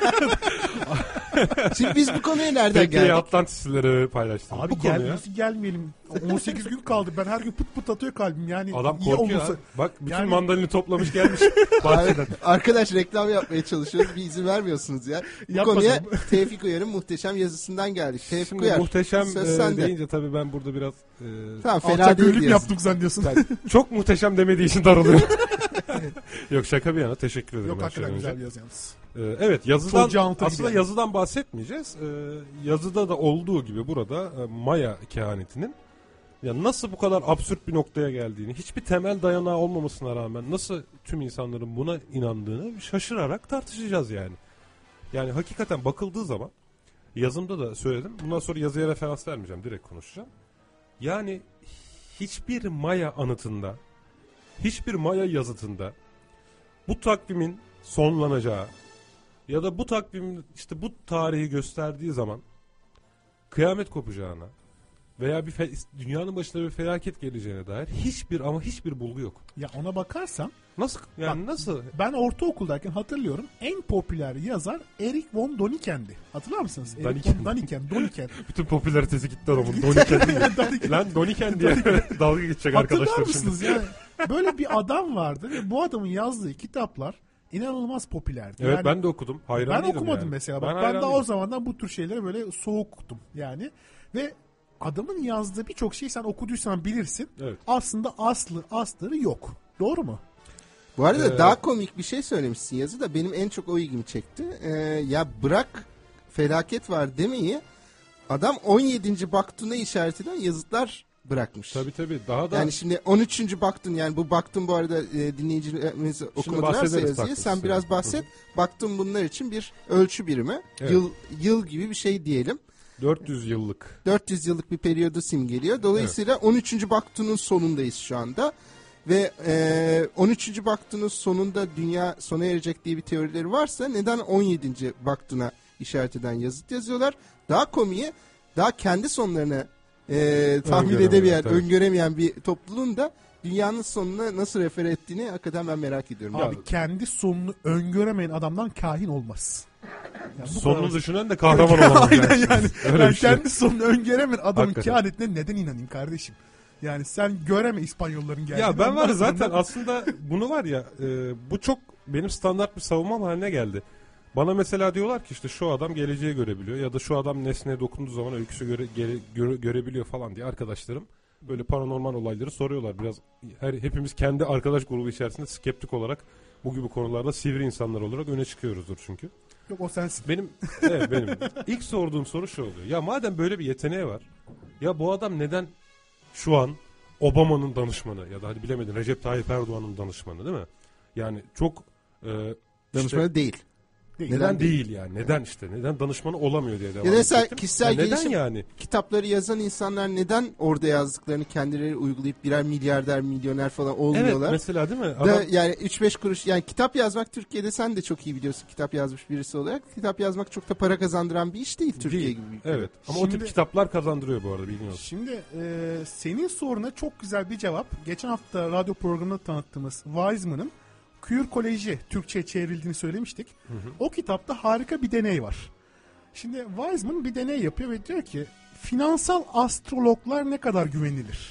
Şimdi biz bu konuya nereden Fethiye geldik? Atlantislere paylaştım. Abi Bu konu ya. gelmesi gelmeyelim. on sekiz gün kaldı. Ben her gün pıt pıt atıyor kalbim. Yani Adam iyi korkuyor. olursa- ha. Bak bütün Yani- mandalini toplamış gelmiş Abi, bahçeden. arkadaş reklam yapmaya çalışıyoruz. Bir izin vermiyorsunuz ya. Bu Yapma konuya sen. Tevfik Uyar'ın muhteşem yazısından geldik. Tevfik Şimdi Uyar. muhteşem söz e, sende. deyince tabii ben burada biraz e, Tamam fena Alçak değil gönüllü mü diyorsun. yaptık zannediyorsun? çok muhteşem demediği için darılıyorum. Yok şaka bir yana teşekkür ederim. Yok her şeyden hakikaten önce. güzel bir yazı yalnız. Ee, evet yazıdan Çocuğu anlatır gibi aslında yani. yazıdan bahsetmeyeceğiz. Ee, yazıda da olduğu gibi burada e, Maya kehanetinin ya nasıl bu kadar absürt bir noktaya geldiğini, hiçbir temel dayanağı olmamasına rağmen nasıl tüm insanların buna inandığını şaşırarak tartışacağız yani. Yani hakikaten bakıldığı zaman yazımda da söyledim. Bundan sonra yazıya referans vermeyeceğim. Direkt konuşacağım. Yani hiçbir Maya anıtında, hiçbir Maya yazıtında bu takvimin sonlanacağı ya da bu takvim işte bu tarihi gösterdiği zaman kıyamet kopacağına veya bir fe- dünyanın başına bir felaket geleceğine dair hiçbir ama hiçbir bulgu yok. Ya ona bakarsan Nasıl yani Bak, nasıl? ben ortaokuldayken hatırlıyorum en popüler yazar Erik von Daniken'di. Hatırlar mısınız? Erik Daniken. von Daniken. Daniken. Bütün popülaritesi gitti adamın. Doniken diye. Daniken. Lan Doniken diye dalga geçecek Hatırlar arkadaşlar mısınız şimdi. yani? Böyle bir adam vardı ve bu adamın yazdığı kitaplar inanılmaz popülerdi. Evet yani, ben de okudum. Hayran ben okumadım yani. mesela. Bak, Ben, ben, hayran daha o değilim. zamandan bu tür şeylere böyle soğuktum yani. Ve adamın yazdığı birçok şey sen okuduysan bilirsin. Evet. Aslında aslı asları yok. Doğru mu? Bu arada Ee, daha komik bir şey söylemişsin yazıda. Benim en çok o ilgimi çekti. Ee, ya bırak felaket var demeyi, adam on yedinci baktuna işaret eden yazıtlar bırakmış. Tabii tabii. Daha da Yani şimdi on üçüncü baktun, yani bu baktun bu arada e, dinleyicilerimiz okumadılarsa bahsederiz yazıyı. taktın Sen sen. biraz bahset. Baktun bunlar için bir ölçü birimi. Evet. Yıl yıl gibi bir şey diyelim. dört yüz yıllık. dört yüz yıllık bir periyodu simgeliyor. Dolayısıyla on üçüncü baktunun sonundayız şu anda. Ve e, on üçüncü baktunun sonunda dünya sona erecek diye bir teorileri varsa neden on yedinci baktuna işaret eden yazıt yazıyorlar? Daha komiği, daha kendi sonlarını e, tahmin Öngöremeyen, edemeyen, tabii. öngöremeyen bir topluluğun da dünyanın sonuna nasıl refer ettiğini hakikaten ben merak ediyorum. Abi Ya- kendi sonunu öngöremeyen adamdan kahin olmaz. Yani bu Sonunu kadar- düşünen de kahraman olamaz. Aynen yani. Öyle Ben bir şey. kendi sonunu öngöremeyen adamın Hakikaten. kehanetine neden inanayım kardeşim? Yani sen göreme İspanyolların geldiğini. Ya ben var ya ondan zaten sonra- aslında bunu var ya e, bu çok benim standart bir savunmam haline geldi. Bana mesela diyorlar ki işte şu adam geleceği görebiliyor ya da şu adam nesneye dokunduğu zaman öyküsü göre, gere- göre- görebiliyor falan diye arkadaşlarım böyle paranormal olayları soruyorlar. Biraz her hepimiz kendi arkadaş grubu içerisinde skeptik olarak bu gibi konularda sivri insanlar olarak öne çıkıyoruzdur çünkü. Yok o sensin. Benim evet benim ilk sorduğum soru şu oluyor. Ya madem böyle bir yeteneği var, ya bu adam neden şu an Obama'nın danışmanı ya da hadi bilemedin Recep Tayyip Erdoğan'ın danışmanı değil mi? Yani çok e, Danışmanı işte, değil. Değil. neden Neden değil yani? Neden işte? Neden danışmanı olamıyor diye devam Ya da mesela edecektim. kişisel Ya neden gelişim- yani? Kitapları yazan insanlar neden orada yazdıklarını kendileri uygulayıp birer milyarder, milyoner falan olmuyorlar? Evet mesela değil mi? Da Adam, yani üç beş kuruş, yani kitap yazmak Türkiye'de, sen de çok iyi biliyorsun kitap yazmış birisi olarak, kitap yazmak çok da para kazandıran bir iş değil Türkiye değil. gibi bir ülkede. Evet ama o tip Şimdi- kitaplar kazandırıyor bu arada bilmiyorsun. Şimdi e, senin soruna çok güzel bir cevap. Geçen hafta radyo programında tanıttığımız Weizmann'ın Kür Koleji Türkçe'ye çevrildiğini söylemiştik. Hı hı. O kitapta harika bir deney var. Şimdi Weizmann bir deney yapıyor ve diyor ki finansal astrologlar ne kadar güvenilir?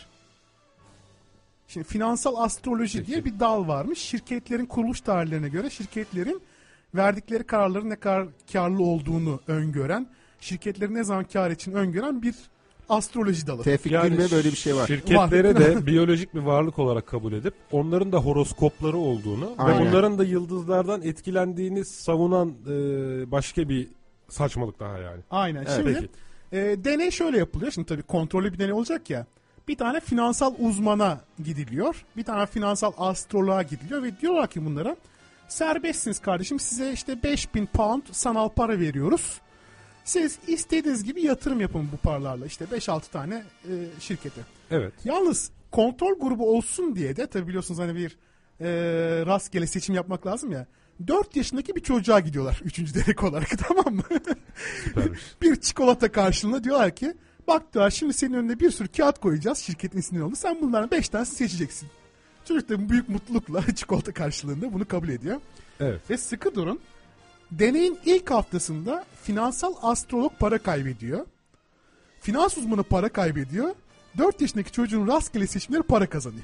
Şimdi finansal astroloji Peki. diye bir dal varmış. Şirketlerin kuruluş tarihlerine göre şirketlerin verdikleri kararların ne kadar karlı olduğunu öngören, şirketlerin ne zaman kar için öngören bir astroloji dalı. Tevfik Yani Gülme böyle bir şey var. Şirketleri Var. de biyolojik bir varlık olarak kabul edip onların da horoskopları olduğunu Aynen. ve bunların da yıldızlardan etkilendiğini savunan e, başka bir saçmalık daha yani. Aynen. Evet, Şimdi peki. e, deney şöyle yapılıyor. Şimdi tabii kontrollü bir deney olacak ya. Bir tane finansal uzmana gidiliyor. Bir tane finansal astroloğa gidiliyor ve diyorlar ki bunlara serbestsiniz kardeşim, size işte beş bin pound sanal para veriyoruz. Siz istediğiniz gibi yatırım yapın bu paralarla, işte beş altı tane e, şirkete. Evet. Yalnız kontrol grubu olsun diye de tabii biliyorsunuz hani bir e, rastgele seçim yapmak lazım ya. dört yaşındaki bir çocuğa gidiyorlar üçüncü derek olarak, tamam mı? Süpermiş. Bir çikolata karşılığında diyorlar ki bak diyorlar, şimdi senin önüne bir sürü kağıt koyacağız şirketin isimleri oldu. Sen bunlardan beş tanesini seçeceksin. Çocuk da büyük mutlulukla çikolata karşılığında bunu kabul ediyor. Evet. Ve sıkı durun. Deneyin ilk haftasında finansal astrolog para kaybediyor. Finans uzmanı para kaybediyor. dört yaşındaki çocuğun rastgele seçimleri para kazanıyor.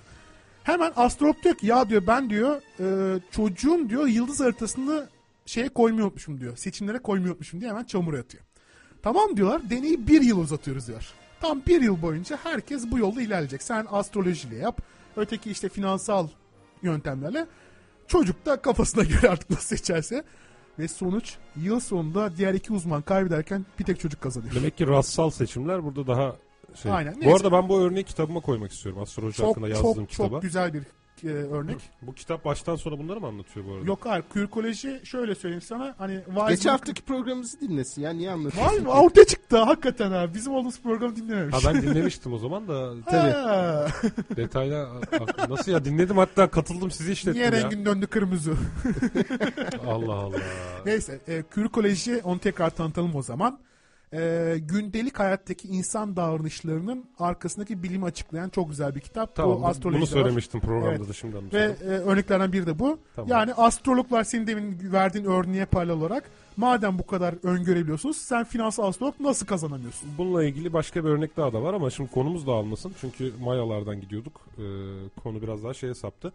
Hemen astrolog diyor ki ya diyor ben diyor e, çocuğun diyor yıldız haritasını şeye koymuyor unutmuşum diyor. Seçimlere koymuyor unutmuşum diye hemen çamura atıyor. Tamam diyorlar, deneyi bir yıl uzatıyoruz diyor. Tam bir yıl boyunca herkes bu yolda ilerleyecek. Sen astrolojiyle yap. Öteki işte finansal yöntemlerle. Çocuk da kafasına göre artık nasıl seçerse. Ve sonuç yıl sonunda diğer iki uzman kaybederken bir tek çocuk kazanıyor. Demek ki rastsal seçimler burada daha şey. Aynen, Bu neyse. arada ben bu örneği kitabıma koymak istiyorum. Astroloji Çok hakkında yazdığım çok kitaba. çok güzel bir e, örnek. Bu kitap baştan sona bunları mı anlatıyor bu arada? Yok hayır, kürkoloji şöyle söyleyeyim sana. Hani Geçen Weizmann- haftaki programımızı dinlesin ya, niye Vay anlatıyorsun? mı? Ortaya çıktı hakikaten ha. Bizim olduğumuz programı dinlememiş. Ha ben dinlemiştim o zaman da Tabii. Ha. detaylı nasıl ya dinledim, hatta katıldım, sizi işlettim Niye ya. rengin döndü kırmızı? Allah Allah. Neyse, e, kürkoloji, onu tekrar tanıtalım o zaman. E, gündelik hayattaki insan davranışlarının arkasındaki bilimi açıklayan çok güzel bir kitap. Tamam Bu astroloji bunu de var. söylemiştim programda Evet. da şimdi Ve anlatıyorum. e, örneklerden biri de bu. Tamam. Yani astrologlar, senin demin verdiğin örneğe paralel olarak, madem bu kadar öngörebiliyorsunuz, sen finansal astrolog nasıl kazanamıyorsun? Bununla ilgili başka bir örnek daha da var ama şimdi konumuz dağılmasın. Çünkü Mayalardan gidiyorduk. Ee, konu biraz daha şeye saptı.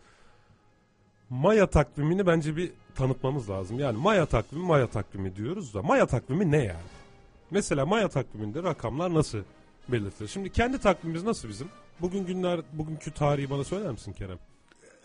Maya takvimini bence bir tanıtmamız lazım. Yani Maya takvimi, Maya takvimi diyoruz da Maya takvimi ne yani? Mesela Maya takviminde rakamlar nasıl belirtilir? Şimdi kendi takvimimiz nasıl bizim? Bugün günler, bugünkü tarihi bana söyler misin Kerem?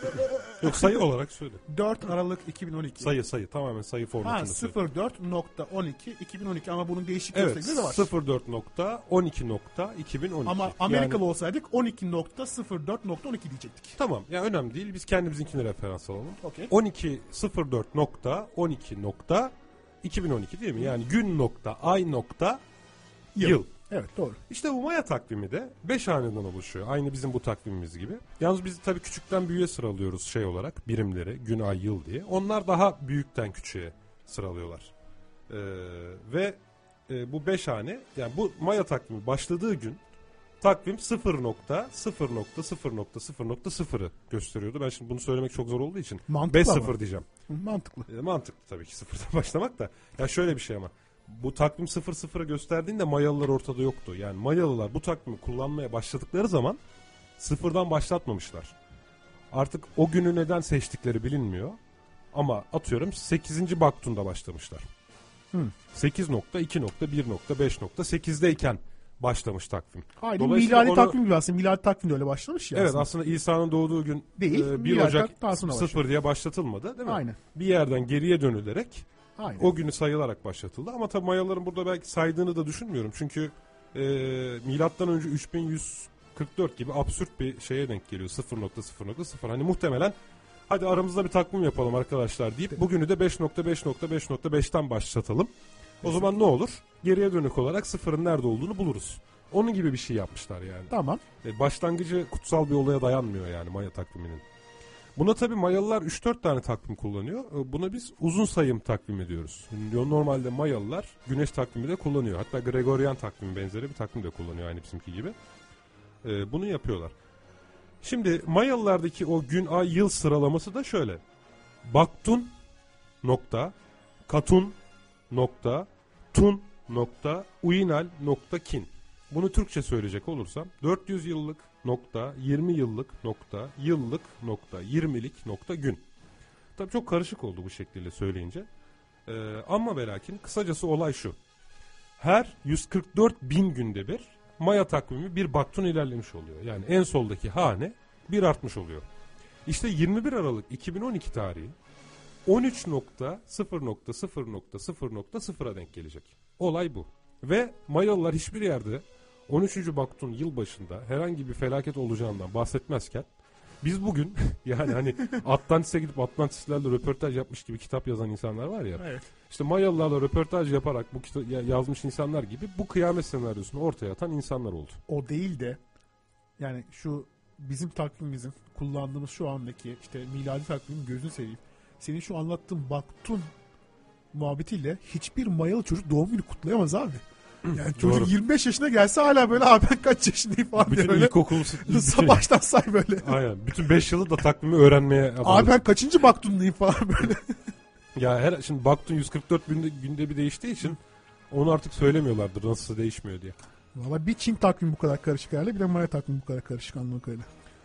Yok, sayı olarak söyle. dört Aralık iki bin on iki. Sayı sayı tamamen sayı Ha, formatında söyle. sıfır dört nokta on iki iki bin on iki ama bunun değişik Evet, göstergeleri de var. sıfır dört nokta on iki nokta iki bin on iki. Ama Amerikalı Yani- olsaydık on iki nokta sıfır dört nokta on iki diyecektik. Tamam ya, önemli değil, biz kendimizinkini referans alalım. Okey. on iki sıfır dört nokta on iki nokta iki bin on iki değil mi? Yani gün nokta ay nokta yıl. Yıl. Evet, doğru. İşte bu Maya takvimi de beş haneden oluşuyor. Aynı bizim bu takvimimiz gibi. Yalnız biz tabii küçükten büyüğe sıralıyoruz şey olarak, birimleri, gün, ay, yıl diye. Onlar daha büyükten küçüğe sıralıyorlar. Ee, ve e, bu beş hane, yani bu Maya takvimi başladığı gün takvim sıfır nokta sıfır nokta sıfır nokta sıfır nokta sıfırı gösteriyordu. Ben şimdi bunu söylemek çok zor olduğu için Mantıklı beş ama. sıfır diyeceğim. Mantıklı. E, mantıklı tabii ki sıfırdan başlamak da. Ya şöyle bir şey ama. Bu takvim sıfır sıfıra gösterdiğinde Mayalılar ortada yoktu. Yani Mayalılar bu takvimi kullanmaya başladıkları zaman sıfırdan başlatmamışlar. Artık o günü neden seçtikleri bilinmiyor. Ama atıyorum sekizinci Baktun'da başlamışlar. Hı. sekiz nokta iki nokta bir nokta beş nokta sekizdeyken başlamış takvim. Aynen, Dolayısıyla miladi onu- takvim gibi aslında. Miladi takvim de öyle başlamış ya. Evet, aslında. aslında İsa'nın doğduğu gün Değil, e, bir miladi Ocak daha sonra sıfır başladı. diye başlatılmadı değil mi? Aynen. Bir yerden geriye dönülerek Aynen. o günü sayılarak başlatıldı. Ama tabii Mayaların burada belki saydığını da düşünmüyorum. Çünkü e, milattan önce üç bin yüz kırk dört gibi absürt bir şeye denk geliyor. sıfır nokta sıfır nokta sıfır. Hani muhtemelen hadi aramızda bir takvim yapalım arkadaşlar deyip bugünü de beş nokta beş nokta beş nokta beşten başlatalım. O zaman ne olur? Geriye dönük olarak sıfırın nerede olduğunu buluruz. Onun gibi bir şey yapmışlar yani. Tamam. E, başlangıcı kutsal bir olaya dayanmıyor yani Maya takviminin. Buna tabii Mayalılar üç dört tane takvim kullanıyor. E, Buna biz uzun sayım takvimi diyoruz. Normalde Mayalılar güneş takvimi de kullanıyor. Hatta Gregorian takvimi benzeri bir takvim de kullanıyor aynı bizimki gibi. E, bunu yapıyorlar. Şimdi Mayalılardaki o gün, ay, yıl sıralaması da şöyle. Baktun nokta, Katun nokta, Tun nokta, Uyinal nokta, Kin. Bunu Türkçe söyleyecek olursam dört yüz yıllık nokta, yirmi yıllık nokta, yıllık nokta, yirmilik nokta, gün. Tabii çok karışık oldu bu şekilde söyleyince. Ee, ama ve lakin kısacası olay şu. Her yüz kırk dört bin günde bir Maya takvimi bir baktun ilerlemiş oluyor. Yani en soldaki hane bir artmış oluyor. İşte yirmi bir Aralık iki bin on iki tarihi on üç nokta sıfır nokta sıfır nokta sıfır nokta sıfıra denk gelecek. Olay bu. Ve Mayalılar hiçbir yerde on üçüncü Baktun yılbaşında herhangi bir felaket olacağından bahsetmezken biz bugün yani hani Atlantis'e gidip Atlantislerle röportaj yapmış gibi kitap yazan insanlar var ya. Evet. İşte Mayalılarla röportaj yaparak bu kitap yazmış insanlar gibi bu kıyamet senaryosunu ortaya atan insanlar oldu. O değil de yani şu bizim takvimimizin kullandığımız şu andaki işte miladi takvimin gözünü seveyim. Senin şu anlattığın Baktun muhabbetiyle hiçbir Mayalı çocuk doğum günü kutlayamaz abi. Yani çocuk Doğru. yirmi beş yaşına gelse hala böyle abi ben kaç yaşındayım falan diye Bütün böyle. ilkokul Baştan say böyle. aynen. Bütün beş yılı da takvimi öğrenmeye Abi ben kaçıncı Baktun'dayım falan böyle. ya her şimdi Baktun yüz kırk dört günde, günde bir değiştiği için onu artık söylemiyorlardır nasıl değişmiyor diye. Valla bir Çin takvimi bu kadar karışık herhalde bir de Maya takvimi bu kadar karışık anladığım kadarıyla.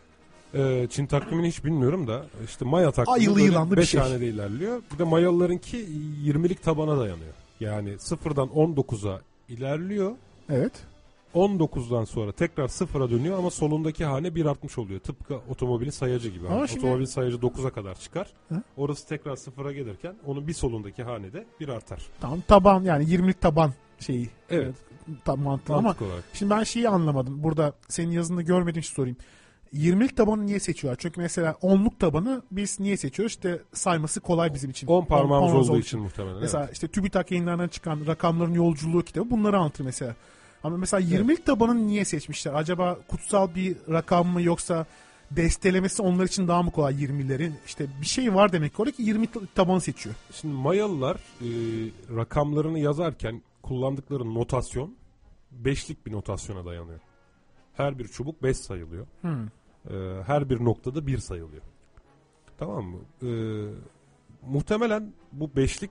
Ee, Çin takvimini hiç bilmiyorum da işte Maya takvimi Ayılı böyle yılanlı bir beş şey. hanede ilerliyor. Bir de Mayalılarınki yirmilik tabana dayanıyor. Yani sıfırdan on dokuza ilerliyor. Evet. on dokuzdan sonra tekrar sıfıra dönüyor ama solundaki hane bir artmış oluyor. Tıpkı otomobilin sayacı gibi. Ama Yani şimdi- Otomobil sayacı dokuza kadar çıkar. Hı? Orası tekrar sıfıra gelirken onun bir solundaki hanede bir artar. Tamam taban yani yirmilik taban şeyi. Evet. Tam mantıklı ama Mantık olarak. şimdi ben şeyi anlamadım. Burada senin yazında görmediğim için sorayım. yirmilik tabanı niye seçiyorlar? Çünkü mesela onluk tabanı biz niye seçiyoruz? İşte sayması kolay bizim için. on parmağımız On- on olduğu için muhtemelen. Mesela evet. işte TÜBİTAK yayınlarından çıkan rakamların yolculuğu kitabı bunları anlatır mesela. Ama mesela yirmilik tabanını niye seçmişler? Acaba kutsal bir rakam mı yoksa destelemesi onlar için daha mı kolay yirmilerin? İşte bir şey var demek ki orada ki yirmi tabanı seçiyor. Şimdi Mayalılar e, rakamlarını yazarken kullandıkları notasyon beşlik bir notasyona dayanıyor. Her bir çubuk beş sayılıyor. Hmm. E, her bir noktada bir sayılıyor. Tamam mı? E, muhtemelen bu beşlik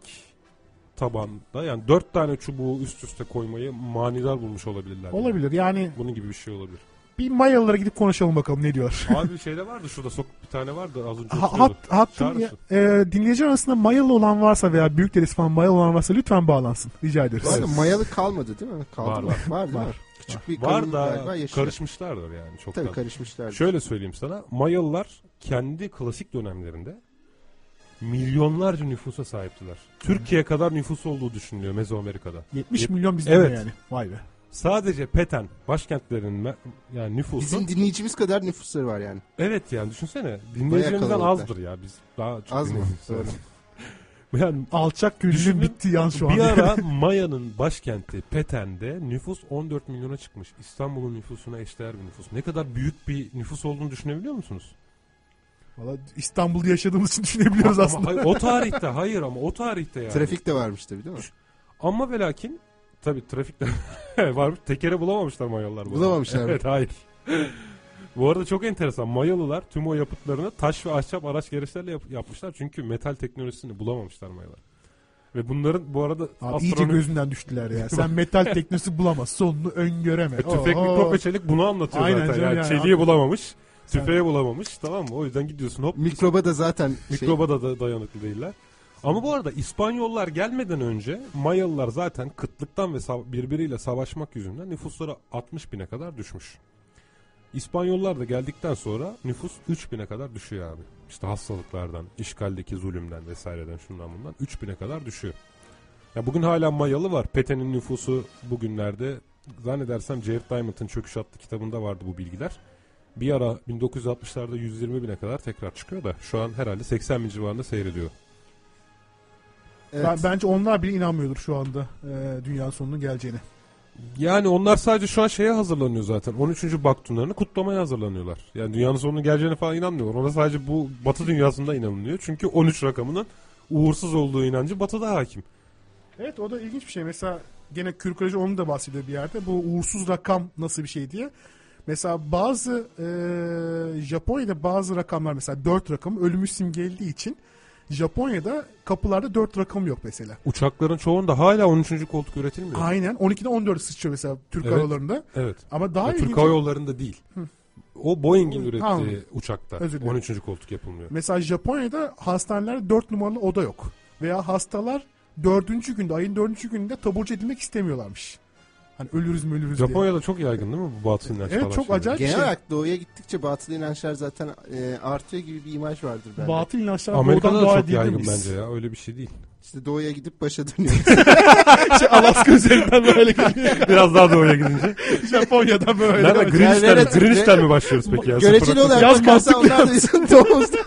tabanda yani dört tane çubuğu üst üste koymayı manidar bulmuş olabilirler. yani. Olabilir yani Bunun gibi bir şey olabilir. bir Mayalılara gidip konuşalım bakalım ne diyor. Abi şeyde vardı şurada sok bir tane vardı az önce Ha, oturuyordu. hat, hattım Çağır ya, mısın? e, dinleyici arasında Mayalı olan varsa veya büyük dedesi falan Mayalı olan varsa lütfen bağlansın. Rica ederiz. Bu arada mayalı kalmadı değil mi? Kaldı Var, mı? var. Var değil mi? Var. Küçük bir Var kavim da galiba yaşıyor. karışmışlardır yani çoktan. Tabii karışmışlar. Şöyle söyleyeyim sana. Mayalılar kendi klasik dönemlerinde milyonlarca nüfusa sahiptiler. Türkiye kadar nüfus olduğu düşünülüyor Mezoamerika'da. yetmiş Yet- milyon bizde Evet. yani. Vay be. Sadece Peten başkentlerinin me- yani nüfusu. Bizim dinleyicimiz kadar nüfusları var yani. Evet yani düşünsene. Dinleyicilerimizden kalabalıklar. azdır ya biz. Daha çok Az mı? dinleyicimiz var. Doğru. Yani Alçak gönüllüm Düşünün, bitti yan şu an. bir ara Maya'nın başkenti Peten'de nüfus on dört milyona çıkmış. İstanbul'un nüfusuna eşdeğer bir nüfus. Ne kadar büyük bir nüfus olduğunu düşünebiliyor musunuz? Vallahi İstanbul'da yaşadığımız için düşünebiliyoruz Ama aslında. hayır, o tarihte hayır ama o tarihte yani. Trafik de varmış tabii değil mi? Ama ve lakin tabii trafikte varmış. Tekere bulamamışlar Mayalılar. bu arada. Bulamamışlar mı? Evet hayır. Bu arada çok enteresan. Mayalılar tüm o yapıtlarını taş ve ahşap araç gereçlerle yap- yapmışlar. Çünkü metal teknolojisini bulamamışlar Mayalılar. Ve bunların bu arada Abi iyice gözünden düştüler ya. Sen metal teknolojisi bulamaz. Sonunu öngöreme. E, tüfek, Oo. mikrop ve çelik bunu anlatıyor Aynen zaten. canım Yani yani. çeliği bulamamış, Sen- tüfeği bulamamış, tamam mı? O yüzden gidiyorsun hop. Mikroba da zaten şey, Mikroba da da dayanıklı değiller. Ama bu arada İspanyollar gelmeden önce Mayalılar zaten kıtlıktan ve sav- birbiriyle savaşmak yüzünden nüfusları altmış bine kadar düşmüş. İspanyollar da geldikten sonra nüfus üç bine kadar düşüyor abi. İşte hastalıklardan, işgaldeki zulümden vesaireden şundan bundan üç bine kadar düşüyor. Ya bugün hala Mayalı var. Pete'nin nüfusu bugünlerde zannedersem Jared Diamond'ın Çöküş adlı kitabında vardı bu bilgiler. Bir ara bin dokuz yüz altmışlarda yüz yirmi bine kadar tekrar çıkıyor da şu an herhalde seksen bin civarında seyrediyor. evet. Ben, bence onlar bile inanmıyordur şu anda e, dünya sonunun geleceğine. Yani onlar sadece şu an şeye hazırlanıyor zaten. on üçüncü Baktunlarını kutlamaya hazırlanıyorlar. Yani dünyanın sonunun geleceğine falan inanmıyorlar. Ona sadece bu Batı dünyasında inanılıyor. Çünkü on üç rakamının uğursuz olduğu inancı Batı'da hakim. Evet, o da ilginç bir şey. Mesela gene kürkoloji onu da bahsediyor bir yerde. Bu uğursuz rakam nasıl bir şey diye. Mesela bazı e, Japonya'da bazı rakamlar, mesela dört rakam ölümü simgelediği için Japonya'da kapılarda dört rakam yok mesela. Uçakların çoğunda hala on üçüncü koltuk üretilmiyor. Aynen. on ikiden on dörde sıçıyor mesela Türk Evet. havalarında. Evet. Ama daha Ya, Türk ilginç. Hava Yolları'nda değil. O Boeing'in ürettiği Anladım. uçakta Özür dilerim. on üçüncü koltuk yapılmıyor. Mesela Japonya'da hastanelerde dört numaralı oda yok. Veya hastalar dördüncü günde, ayın dördüncü gününde taburcu edilmek istemiyorlarmış. Hani ölürüz mü ölürüz diye. Japonya'da çok yaygın değil mi bu batı inanç Evet, falan çok şeyleri? acayip. Genel şey. olarak doğuya gittikçe batılı inançlar zaten e, artıyor gibi bir imaj vardır bende. Batıl inançlar Amerika'da doğudan da doğaya çok diyebilir yaygın miyiz? bence ya. Öyle bir şey değil. İşte doğuya gidip başa dönüyor. Şey, Alaska üzerinden böyle geliyor. Biraz daha doğuya gidince. Japonya'dan böyle. Nereden? Evet. Greenwich'ten, evet. Greenwich'ten mi başlıyoruz peki ya? Göreceli Sıfır- olarak Yaz bakarsan mantıklı onlar da bizim doğumuzda.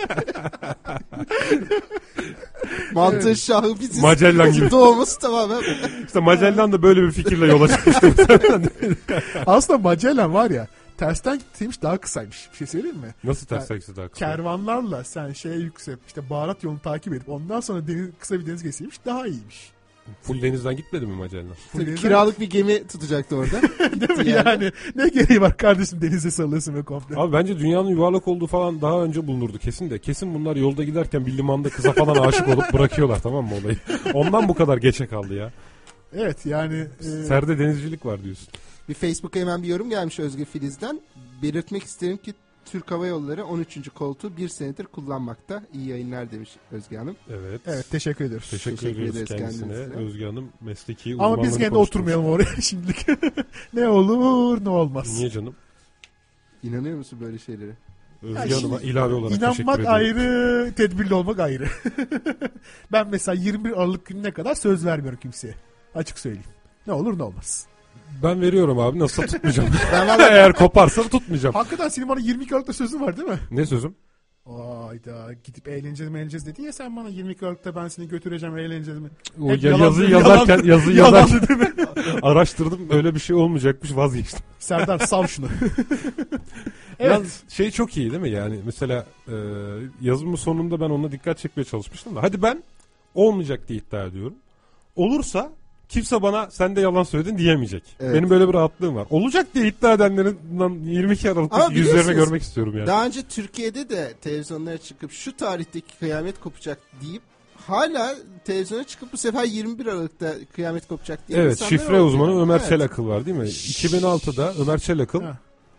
Mantığın şahı biziz. Magellan gibi. Doğumuz tamamen. İşte Magellan da böyle bir fikirle yola çıkmıştı. Aslında Magellan var ya, tersten gitseymiş daha kısaymış. Bir şey söyleyeyim mi? Nasıl ters taksi daha kısa? Kervanlarla sen şeye yüksek, işte baharat yolunu takip edip ondan sonra deniz, kısa bir deniz geçseymiş daha iyiymiş. Full denizden gitmedi mi Magellan? Denizden- Kiralık bir gemi tutacaktı orada. Değil mi yani? Ne gereği var kardeşim denize sarılırsın ve komple. Abi bence dünyanın yuvarlak olduğu falan daha önce bulunurdu kesin de. Kesin bunlar yolda giderken bir limanda kıza falan aşık olup bırakıyorlar, tamam mı olayı? Ondan bu kadar geçe kaldı ya. Evet yani. E, Serde denizcilik var diyorsun. Bir Facebook'a hemen bir yorum gelmiş Özge Filiz'den. Belirtmek isterim ki Türk Hava Yolları on üçüncü koltuğu bir senedir kullanmakta. İyi yayınlar demiş Özge Hanım. Evet. evet, teşekkür ediyoruz. Teşekkür, Teşekkür ediyoruz ederiz kendisine. kendisine. Özge Hanım mesleki Ama biz uzmanlığını gene de konuşturmuş. oturmayalım oraya şimdilik. Ne olur ne olmaz. Niye canım? İnanıyor musun böyle şeylere? Özge Ya Hanım'a şimdi ilave olarak teşekkür İnanmak ediyorum. ayrı, tedbirli olmak ayrı. Ben mesela yirmi bir Aralık gününe kadar söz vermiyorum kimseye. Açık söyleyeyim. Ne olur ne olmaz. Ben veriyorum abi, nasıl tutmayacağım. Ben vallahi Eğer koparsa tutmayacağım. Hakikaten senin bana yirmi iki Aralık'ta sözün var değil mi? Ne sözüm? Ayda gidip eğleneceğiz eğleneceğiz dedin ya sen bana yirmi iki Aralık'ta ben seni götüreceğim eğleneceğiz mi? O Hep ya- yalan- yazıyı yalan- yazarken yazıyı yalan yazarken değil mi? araştırdım, öyle bir şey olmayacakmış, vazgeçtim. Serdar sav şunu. Evet. Evet. Şey çok iyi değil mi yani, mesela e, yazımın sonunda ben ona dikkat çekmeye çalışmıştım da, hadi ben olmayacak diye iddia ediyorum. Olursa kimse bana sen de yalan söyledin diyemeyecek. Evet. Benim böyle bir rahatlığım var. Olacak diye iddia edenlerin yirmi iki Ama Aralık'taki yüzlerini biliyorsunuz, görmek istiyorum yani. daha önce Türkiye'de de televizyonlara çıkıp şu tarihteki kıyamet kopacak deyip hala televizyona çıkıp bu sefer yirmi bir Aralık'ta kıyamet kopacak diye Evet, insanlar şifre oldu uzmanı yani. Ömer Evet. Çelakıl var değil mi? iki bin altıda Ömer Çelakıl Ha.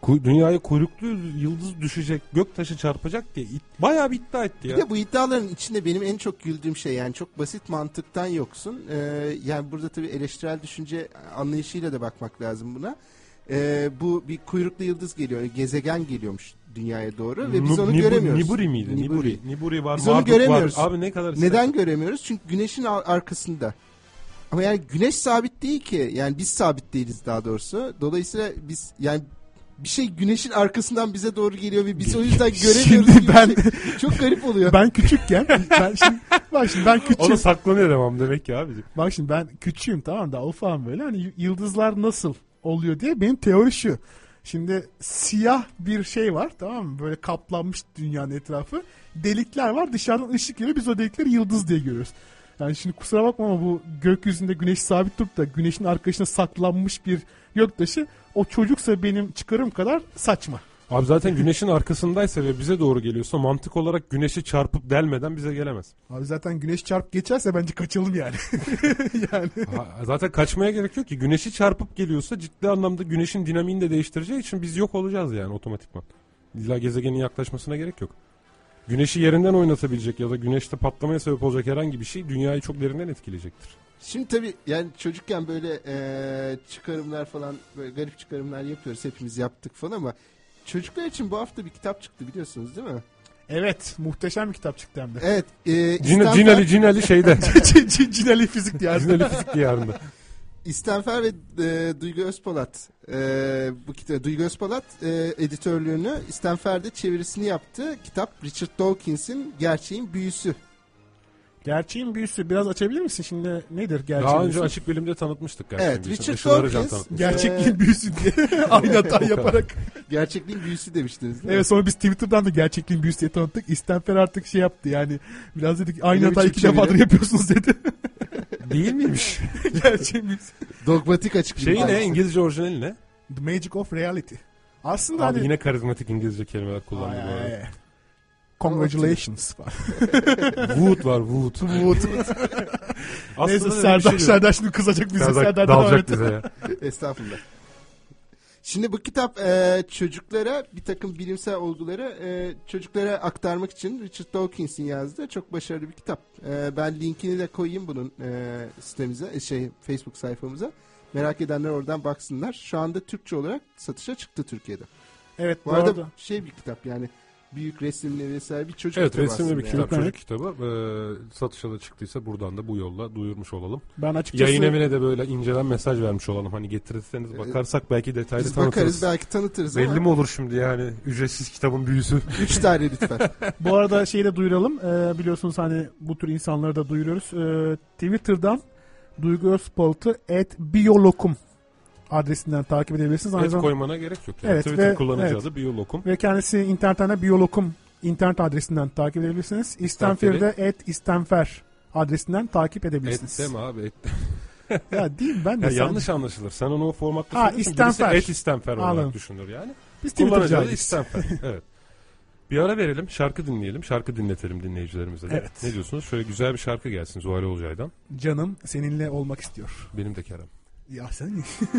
Ku- dünyaya kuyruklu yıldız düşecek, göktaşı çarpacak diye it- bayağı bir iddia etti ya. Bir de bu iddiaların içinde benim en çok güldüğüm şey, yani çok basit mantıktan yoksun. Ee, yani burada tabii eleştirel düşünce anlayışıyla da bakmak lazım buna. Ee, bu bir kuyruklu yıldız geliyor, gezegen geliyormuş dünyaya doğru ve biz Nu- onu Nibur- göremiyoruz. Niburi miydi? Niburi. Niburi. Niburi var, Biz onu Marduk göremiyoruz. var. Abi ne kadar Neden istersen. göremiyoruz? Çünkü güneşin ar- arkasında. Ama yani güneş sabit değil ki. Yani biz sabit değiliz daha doğrusu. Dolayısıyla biz yani bir şey güneşin arkasından bize doğru geliyor ve biz o yüzden göremiyoruz. Şimdi gibi ben- bir şey. Çok garip oluyor. Ben küçükken ben şimdi bak şimdi ben O küçüğüm. da saklanıyor devam demek ki abi. Bak şimdi ben küçüğüm, tamam da ufağım böyle. Hani y- yıldızlar nasıl oluyor diye benim teori şu. Şimdi siyah bir şey var, tamam mı? Böyle kaplanmış dünyanın etrafı. Delikler var, dışarıdan ışık geliyor. Biz o delikleri yıldız diye görüyoruz. Yani şimdi kusura bakma ama bu gökyüzünde güneş sabit durup da güneşin arkasına saklanmış bir göktaşı, o çocuksa benim çıkarım kadar saçma. Abi zaten güneşin arkasındaysa ve bize doğru geliyorsa mantık olarak güneşi çarpıp delmeden bize gelemez. Abi zaten güneş çarp geçerse bence kaçalım yani. yani. Ha, zaten kaçmaya gerek yok ki. Güneşi çarpıp geliyorsa ciddi anlamda güneşin dinamiğini de değiştireceği için biz yok olacağız yani otomatikman. İlla gezegenin yaklaşmasına gerek yok. Güneşi yerinden oynatabilecek ya da güneşte patlamaya sebep olacak herhangi bir şey dünyayı çok derinden etkileyecektir. Şimdi tabii yani çocukken böyle eee, çıkarımlar falan, böyle garip çıkarımlar yapıyoruz. Hepimiz yaptık falan ama çocuklar için bu hafta bir kitap çıktı, biliyorsunuz değil mi? Evet, muhteşem bir kitap çıktı hem de. Evet. E, Cin, İstenfer- Cinali Cinali şeyde. C- C- Cinali fizik diye. Cinali fizik diyarında. İstenfer ve e, Duygu Özpolat e, bu kitap, Duygu Özpolat e, editörlüğünü, İstenfer de çevirisini yaptı. Kitap Richard Dawkins'in Gerçeğin Büyüsü. Gerçeğin büyüsü biraz açabilir misin şimdi, nedir gerçeğin Daha önce büyüsü? açık bilimde tanıtmıştık gerçekten. Evet, Richard Işıl Arıcan Dawkins tanıtmış. Gerçekliğin büyüsü diye aynı hata yaparak. Gerçekliğin Büyüsü demiştiniz değil mi? Evet, sonra biz Twitter'dan da gerçekliğin büyüsü diye tanıttık. İstenfer artık şey yaptı yani, biraz dedik aynı Ne hatayı biçim iki defadır çeviri? yapıyorsunuz dedi. Değil miymiş? Gerçeğin büyüsü. Dogmatik açık Şeyi bilim. ne? İngilizce orijinali ne? The Magic of Reality. Aslında Abi hani... yine karizmatik İngilizce kelimeler kullanıyor. bu Ay, arada. ay, ay. Congratulations falan. Wood var Wood. Wood. Aslında Neyse, öyle bir Serdar, şey yok. Serdar şimdi kızacak bize. Serdar Serdar devam dalacak et. bize ya. Estağfurullah. Şimdi bu kitap e, çocuklara bir takım bilimsel olguları e, çocuklara aktarmak için Richard Dawkins'in yazdığı çok başarılı bir kitap. E, ben linkini de koyayım bunun e, sitemize, e, şey Facebook sayfamıza. Merak edenler oradan baksınlar. Şu anda Türkçe olarak satışa çıktı Türkiye'de. Evet, Bu, bu arada, arada şey bir kitap yani, büyük resimli vesaire bir çocuk Evet, kitabı resimli aslında bir yani. kitap, Evet. çocuk kitabı. Ee, satışa da çıktıysa buradan da bu yolla duyurmuş olalım. ben açıkçası... Yayın evine de böyle inceden mesaj vermiş olalım. Hani getirirseniz bakarsak belki detaylı Biz tanıtırız. bakarız, belki tanıtırız Belli ama mi olur şimdi yani ücretsiz kitabın büyüsü? üç tane lütfen. Bu arada şeyi de duyuralım. Ee, biliyorsunuz hani bu tür insanları da duyuruyoruz. Ee, Twitter'dan Duygu Özpolat'ı at biyolokum adresinden takip edebilirsiniz. Aynı Et zamanda koymana gerek yok. Yani. Evet, Twitter ve- kullanıcı evet. adı Biyolokum. ve kendisi internetten biyolokum internet adresinden takip edebilirsiniz. İstenfer'i de at istenfer adresinden takip edebilirsiniz. Et deme abi. Et. Ya değil mi? Ben de Ya sen- yanlış anlaşılır. Sen onu o formatta Ha, söylüyorsun. İstenfer. Birisi et istenfer olarak Anladım. düşünür yani. Biz Kullanıcı adı Twitter'cıyız. istenfer. Evet. Bir ara verelim. Şarkı dinleyelim. Şarkı dinletelim dinleyicilerimize de. Evet. Ne diyorsunuz? Şöyle güzel bir şarkı gelsin Zuhal Olcay'dan. Canım seninle olmak istiyor. Benim de Kerem. Ya sen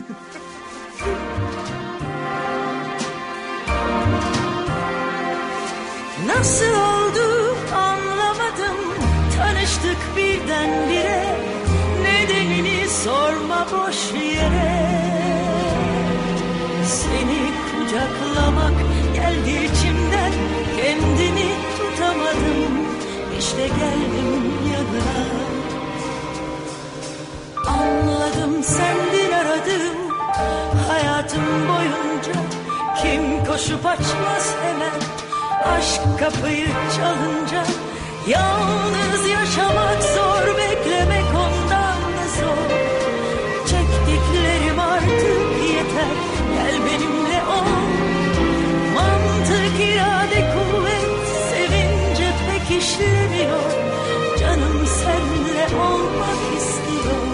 Nasıl oldu anlamadım, tanıştık birdenbire, nedenini sorma boş yere. Seni kucaklamak geldi içimden, kendimi tutamadım, işte geldim yanına. Anladım sendin aradım, hayatım boyunca kim koşup açmaz hemen, aşk kapıyı çalınca. Yalnız yaşamak zor, beklemek ondan da zor. Çektiklerim artık yeter, gel benimle ol. Mantık, irade, kuvvet sevince pek işlemiyor. Canım seninle olmak istiyor.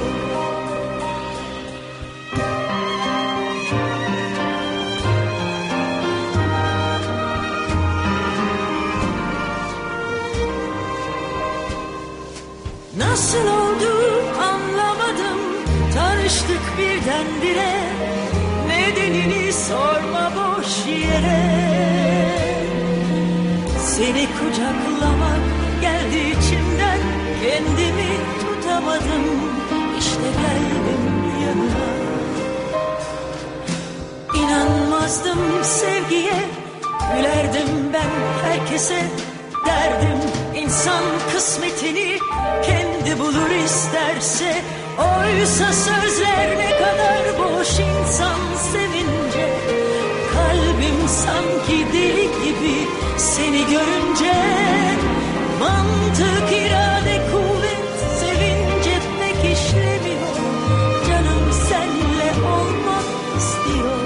Nasıl oldu anlamadım, tanıştık birdenbire, nedenini sorma boş boş yere. Seni kucaklamak geldi içimden, kendimi tutamadım, işte geldim yanına. İnanmazdım sevgiye, gülerdim ben herkese, derdim insan kısmetini kendi bulur isterse. Oysa sözler ne kadar boş insan sevince, kalbim sanki deli gibi seni görünce. Mantık, irade, kuvvet sevince pek işlemiyor, canım senle olmak istiyor.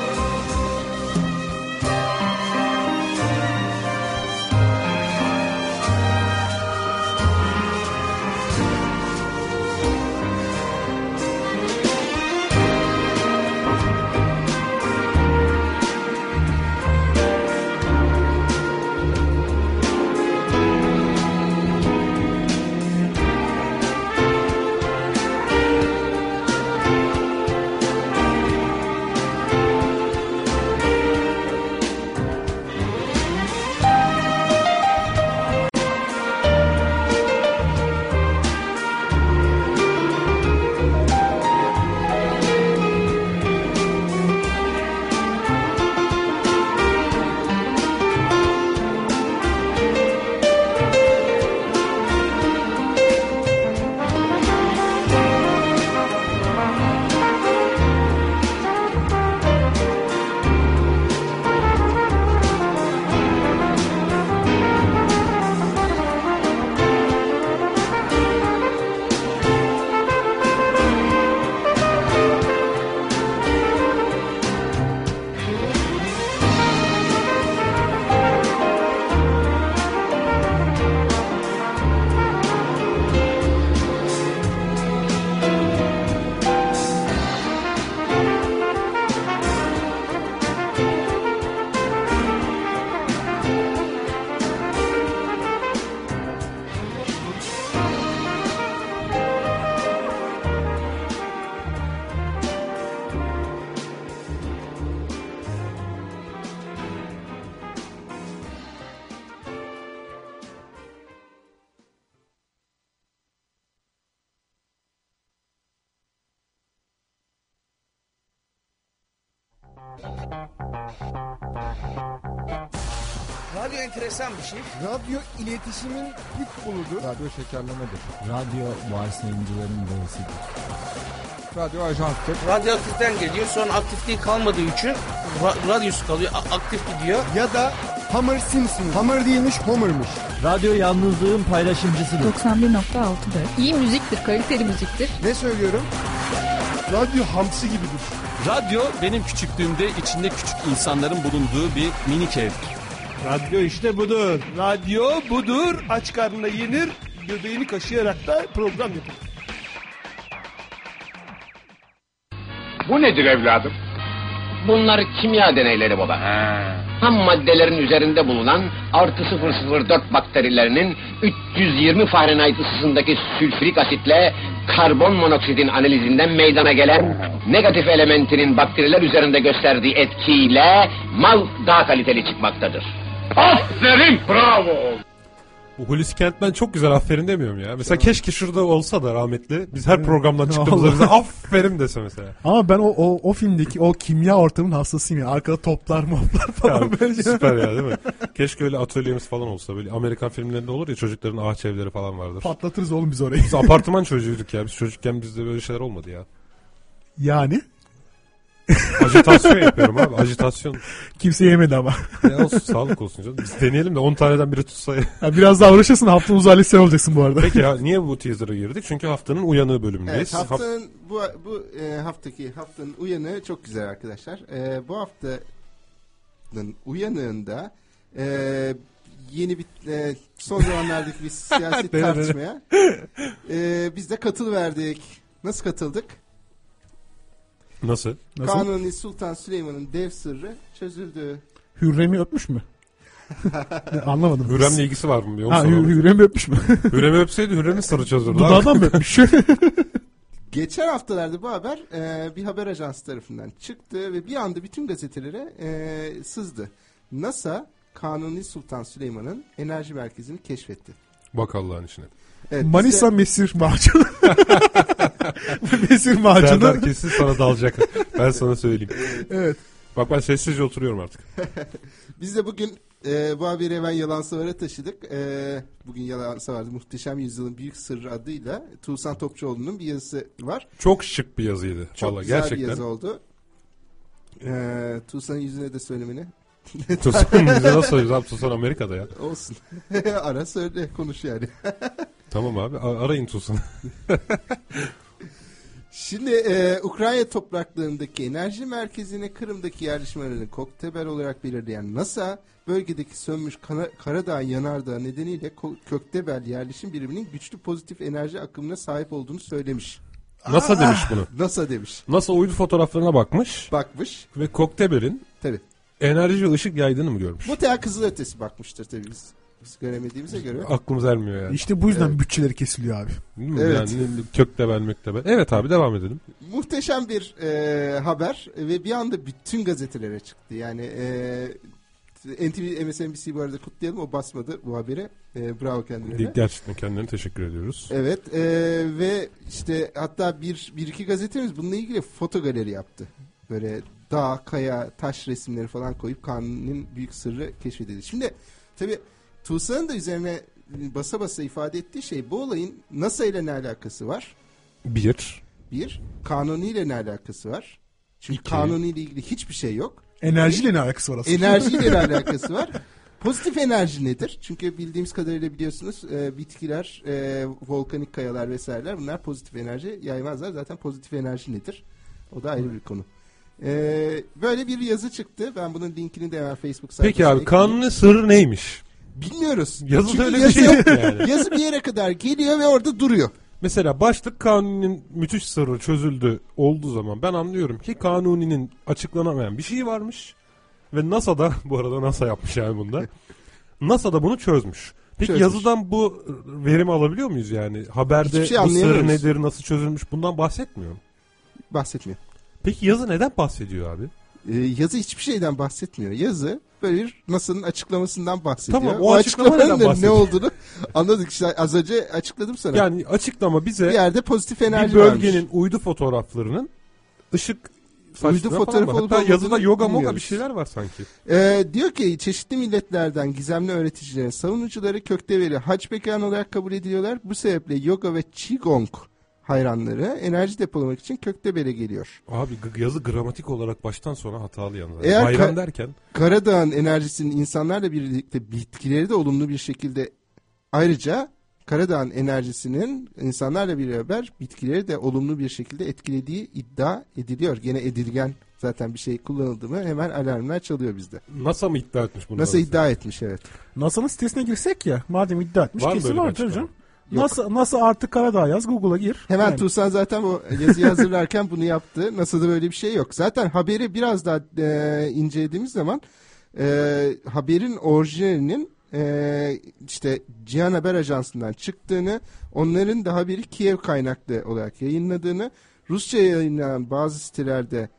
Radyo enteresan bir şey. Radyo iletişimin pitbulludur. Radyo şekerlemedir. Radyo varsayımcıların doğasıdır. Radyo ajanstır. Radyoaktiften geliyor, sonra aktifliği kalmadığı için ra- radyosu kalıyor, a- aktif gidiyor. Ya da Homer Simpson. Homer değilmiş, Homer'mış. Radyo yalnızlığın paylaşımcısıdır. doksan bir nokta altı'dır. İyi müziktir, kaliteli müziktir. Ne söylüyorum? Radyo hamsi gibidir. Radyo benim küçüklüğümde içinde küçük insanların bulunduğu bir minik ev. Radyo işte budur. Radyo budur. Aç karnına yenir, göbeğini kaşıyarak da program yapar. Bu nedir evladım? Bunlar kimya deneyleri baba. Ha. Ham maddelerin üzerinde bulunan artı sıfır sıfır dört bakterilerinin üç yüz yirmi Fahrenheit ısısındaki sülfürik asitle karbon monoksidin analizinden meydana gelen negatif elementinin bakteriler üzerinde gösterdiği etkiyle mal daha kaliteli çıkmaktadır. Aferin, bravo! Bu Hulusi Kentmen çok güzel aferin demiyorum ya. Mesela keşke şurada olsa da rahmetli. Biz her programdan çıktığımızda bize aferin dese mesela. Ama ben o, o, o filmdeki o kimya ortamının hastasıyım ya. Arkada toplar moplar falan Ya, böyle. süper ya değil mi? Keşke öyle atölyemiz falan olsa. Böyle Amerikan filmlerinde olur ya, çocukların ağaç evleri falan vardır. Patlatırız oğlum biz orayı. Biz apartman çocuğuyduk ya. Biz çocukken bizde böyle şeyler olmadı ya. Yani? Ajitasyon yapıyorum abi. Ajitasyon. Kimse yemedi ama. Ya olsun, sağlık olsun canım. Biz deneyelim de on taneden biri tutsa. Ya biraz daha uğraşırsın, haftanın uzaylı sen olacaksın bu arada. Peki ya niye bu teaser'a girdik? Çünkü haftanın uyanığı bölümündeyiz. Evet, haftanın bu bu e, haftaki haftanın uyanığı çok güzel arkadaşlar. E, bu haftanın uyanığında e, yeni bir e, son zamanlardaki bir siyasi tartışmaya e, biz de katılıverdik. Nasıl katıldık? Nasıl? Nasıl? Kanuni Sultan Süleyman'ın dev sırrı çözüldü. Hürrem'i öpmüş mü? Anlamadım. Hürrem'le ilgisi var mı? Ha, Hür- Hürrem'i öpmüş mü? Hürrem'i öpseydi Hürrem'in sırrı çözüldü. Dudağından mı öpmüş? Geçen haftalarda bu haber e, bir haber ajansı tarafından çıktı ve bir anda bütün gazetelere e, sızdı. NASA Kanuni Sultan Süleyman'ın enerji merkezini keşfetti. Bak Allah'ın işine. Evet, Manisa de... Mesir Macunu. Mesir Macunu. Serdar kesin sana dalacak. Ben sana söyleyeyim. Evet. Bak ben sessizce oturuyorum artık. Biz de bugün e, bu haberi hemen Yalan Savar'a taşıdık. E, bugün Yalan Savar'da Muhteşem Yüzyılın Büyük Sırrı adıyla Tuğsan Topçuoğlu'nun bir yazısı var. Çok şık bir yazıydı. Çok Vallahi, güzel gerçekten. bir yazı oldu. E, Tuğsan'ın yüzüne de söylemeni. Tuğsan bize nasıl söylüyoruz abi? Tuğsan Amerika'da ya. Olsun. Ara söyle konuş yani. Tamam abi arayın Tuğsan'ı. Şimdi e, Ukrayna topraklarındaki enerji merkezine Kırım'daki yerleşmelerini koktebel olarak belirleyen NASA, bölgedeki sönmüş Kara, Karadağ yanardağı nedeniyle ko- köktebel yerleşim biriminin güçlü pozitif enerji akımına sahip olduğunu söylemiş. NASA Aa, demiş bunu. NASA demiş. NASA uydu fotoğraflarına bakmış. Bakmış. Ve koktebelin tabii enerji ve ışık yaydığını mı görmüş? Mutlaka kızılötesi bakmıştır tabii biz. Biz göremediğimize göre. Aklımız ermiyor yani. İşte bu yüzden evet. bütçeleri kesiliyor abi. Değil mi? Evet. Yani köktebel möktebel. Evet abi devam edelim. Muhteşem bir e, haber ve bir anda bütün gazetelere çıktı. Yani e, N T V, M S N B C bu arada kutlayalım. O basmadı bu haberi. E, bravo kendilerine. Gerçekten kendilerine teşekkür ediyoruz. Evet e, ve işte hatta bir, bir iki gazetemiz bununla ilgili foto galeri yaptı. Böyle dağ, kaya, taş resimleri falan koyup Kanuni'nin büyük sırrı keşfedildi. Şimdi tabii Tuğsan'ın da üzerine basa basa ifade ettiği şey, bu olayın NASA ile ne alakası var? Bir. Bir. Kanuni ile ne alakası var? Çünkü İki. Kanuni ile ilgili hiçbir şey yok. Enerjiyle ne alakası var aslında? Enerjiyle ne alakası var? Pozitif enerji nedir? Çünkü bildiğimiz kadarıyla biliyorsunuz e, bitkiler, e, volkanik kayalar vesaireler, bunlar pozitif enerji yaymazlar. Zaten pozitif enerji nedir? O da ayrı bir konu. E, böyle bir yazı çıktı. Ben bunun linkini de hemen Facebook sayfasına Peki abi ekleyeyim. Kanuni sırrı neymiş? Bilmiyoruz. Yazıda Çünkü öyle bir yazı, şey yok yani. Yazı bir yere kadar geliyor ve orada duruyor. Mesela başlık Kanuni'nin müthiş sırrı çözüldü olduğu zaman ben anlıyorum ki Kanuni'nin açıklanamayan bir şey varmış. Ve NASA'da, bu arada NASA yapmış yani bunda. NASA'da bunu çözmüş. Peki Çözmüş. yazıdan bu verimi alabiliyor muyuz yani? Haberde Hiçbir şey bu sır anlayamıyoruz. nedir, nasıl çözülmüş bundan bahsetmiyor mu? Bahsetmiyor. Peki yazı neden bahsediyor abi? Ee, yazı hiçbir şeyden bahsetmiyor. Yazı böyle bir NASA'nın açıklamasından bahsediyor. Tamam, o açıklama neden açıklamanın ne bahsediyor? olduğunu anladık. İşte az önce açıkladım sana. Yani açıklama bize bir yerde pozitif enerji bir bölgenin varmış. uydu fotoğraflarının ışık Uydu saçtığına fotoğrafı falan var. olup Hatta yazıda olmadığını yoga moga bir bilmiyoruz. şeyler var sanki. Ee, diyor ki çeşitli milletlerden gizemli öğreticilerin savunucuları köktebeli hac mekanı olarak kabul ediliyorlar. Bu sebeple yoga ve qigong hayranları enerji depolamak için köktebele geliyor. Abi g- yazı gramatik olarak baştan sona hatalı yalnız. Eğer Hayran ka- derken Karadağ'ın enerjisinin insanlarla birlikte bitkileri de olumlu bir şekilde, ayrıca Karadağ'ın enerjisinin insanlarla beraber bitkileri de olumlu bir şekilde etkilediği iddia ediliyor. Gene edilgen zaten bir şey kullanıldı mı hemen alarmlar çalıyor bizde. NASA mı iddia etmiş bunu? NASA iddia etmiş, evet. NASA'nın sitesine girsek ya, madem iddia etmiş, Var mı kesin böyle bir var açıklama? canım. Yok. NASA, NASA artı Karadağ yaz, Google'a gir. Hemen Yani. Tuğsan zaten bu yazıyı hazırlarken bunu yaptı. NASA'da böyle bir şey yok. Zaten haberi biraz daha e, incelediğimiz zaman e, haberin orijinalinin e, işte Cihan Haber Ajansı'ndan çıktığını, onların da haberi Kiev kaynaklı olarak yayınladığını, Rusça yayınlanan bazı sitelerde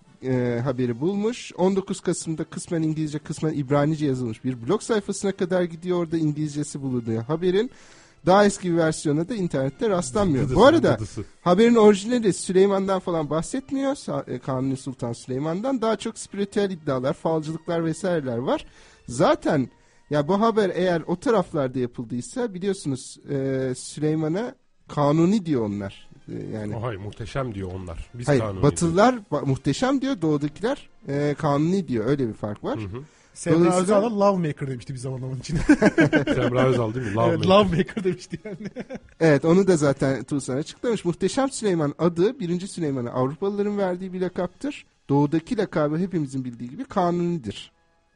e, haberi bulmuş. on dokuz Kasım'da kısmen İngilizce kısmen İbranice yazılmış bir blog sayfasına kadar gidiyor. Orada İngilizcesi bulunuyor haberin. Daha eski bir versiyona da internette rastlanmıyor. Dıdısı, Bu arada dıdısı. haberin orijinali Süleyman'dan falan bahsetmiyor. Sa- Kanuni Sultan Süleyman'dan. Daha çok spiritüel iddialar, falcılıklar vesaireler var. Zaten ya bu haber eğer o taraflarda yapıldıysa biliyorsunuz e, Süleyman'a Kanuni diyor onlar. E, yani Hayır, muhteşem diyor onlar. Biz hayır, Kanuni Batılılar ba- muhteşem diyor, doğudakiler e, Kanuni diyor. Öyle bir fark var. Hı hı. Semra Dolayısıyla- Özal da Love Maker demişti bir zaman onun için. Semra Özal değil mi? Love evet, Maker. Love Maker demişti yani. Evet, onu da zaten Tuğsan açıklamış. Muhteşem Süleyman adı birinci Süleyman'a Avrupalıların verdiği bir lakaptır. Doğudaki lakabı hepimizin bildiği gibi Kanuni'dir.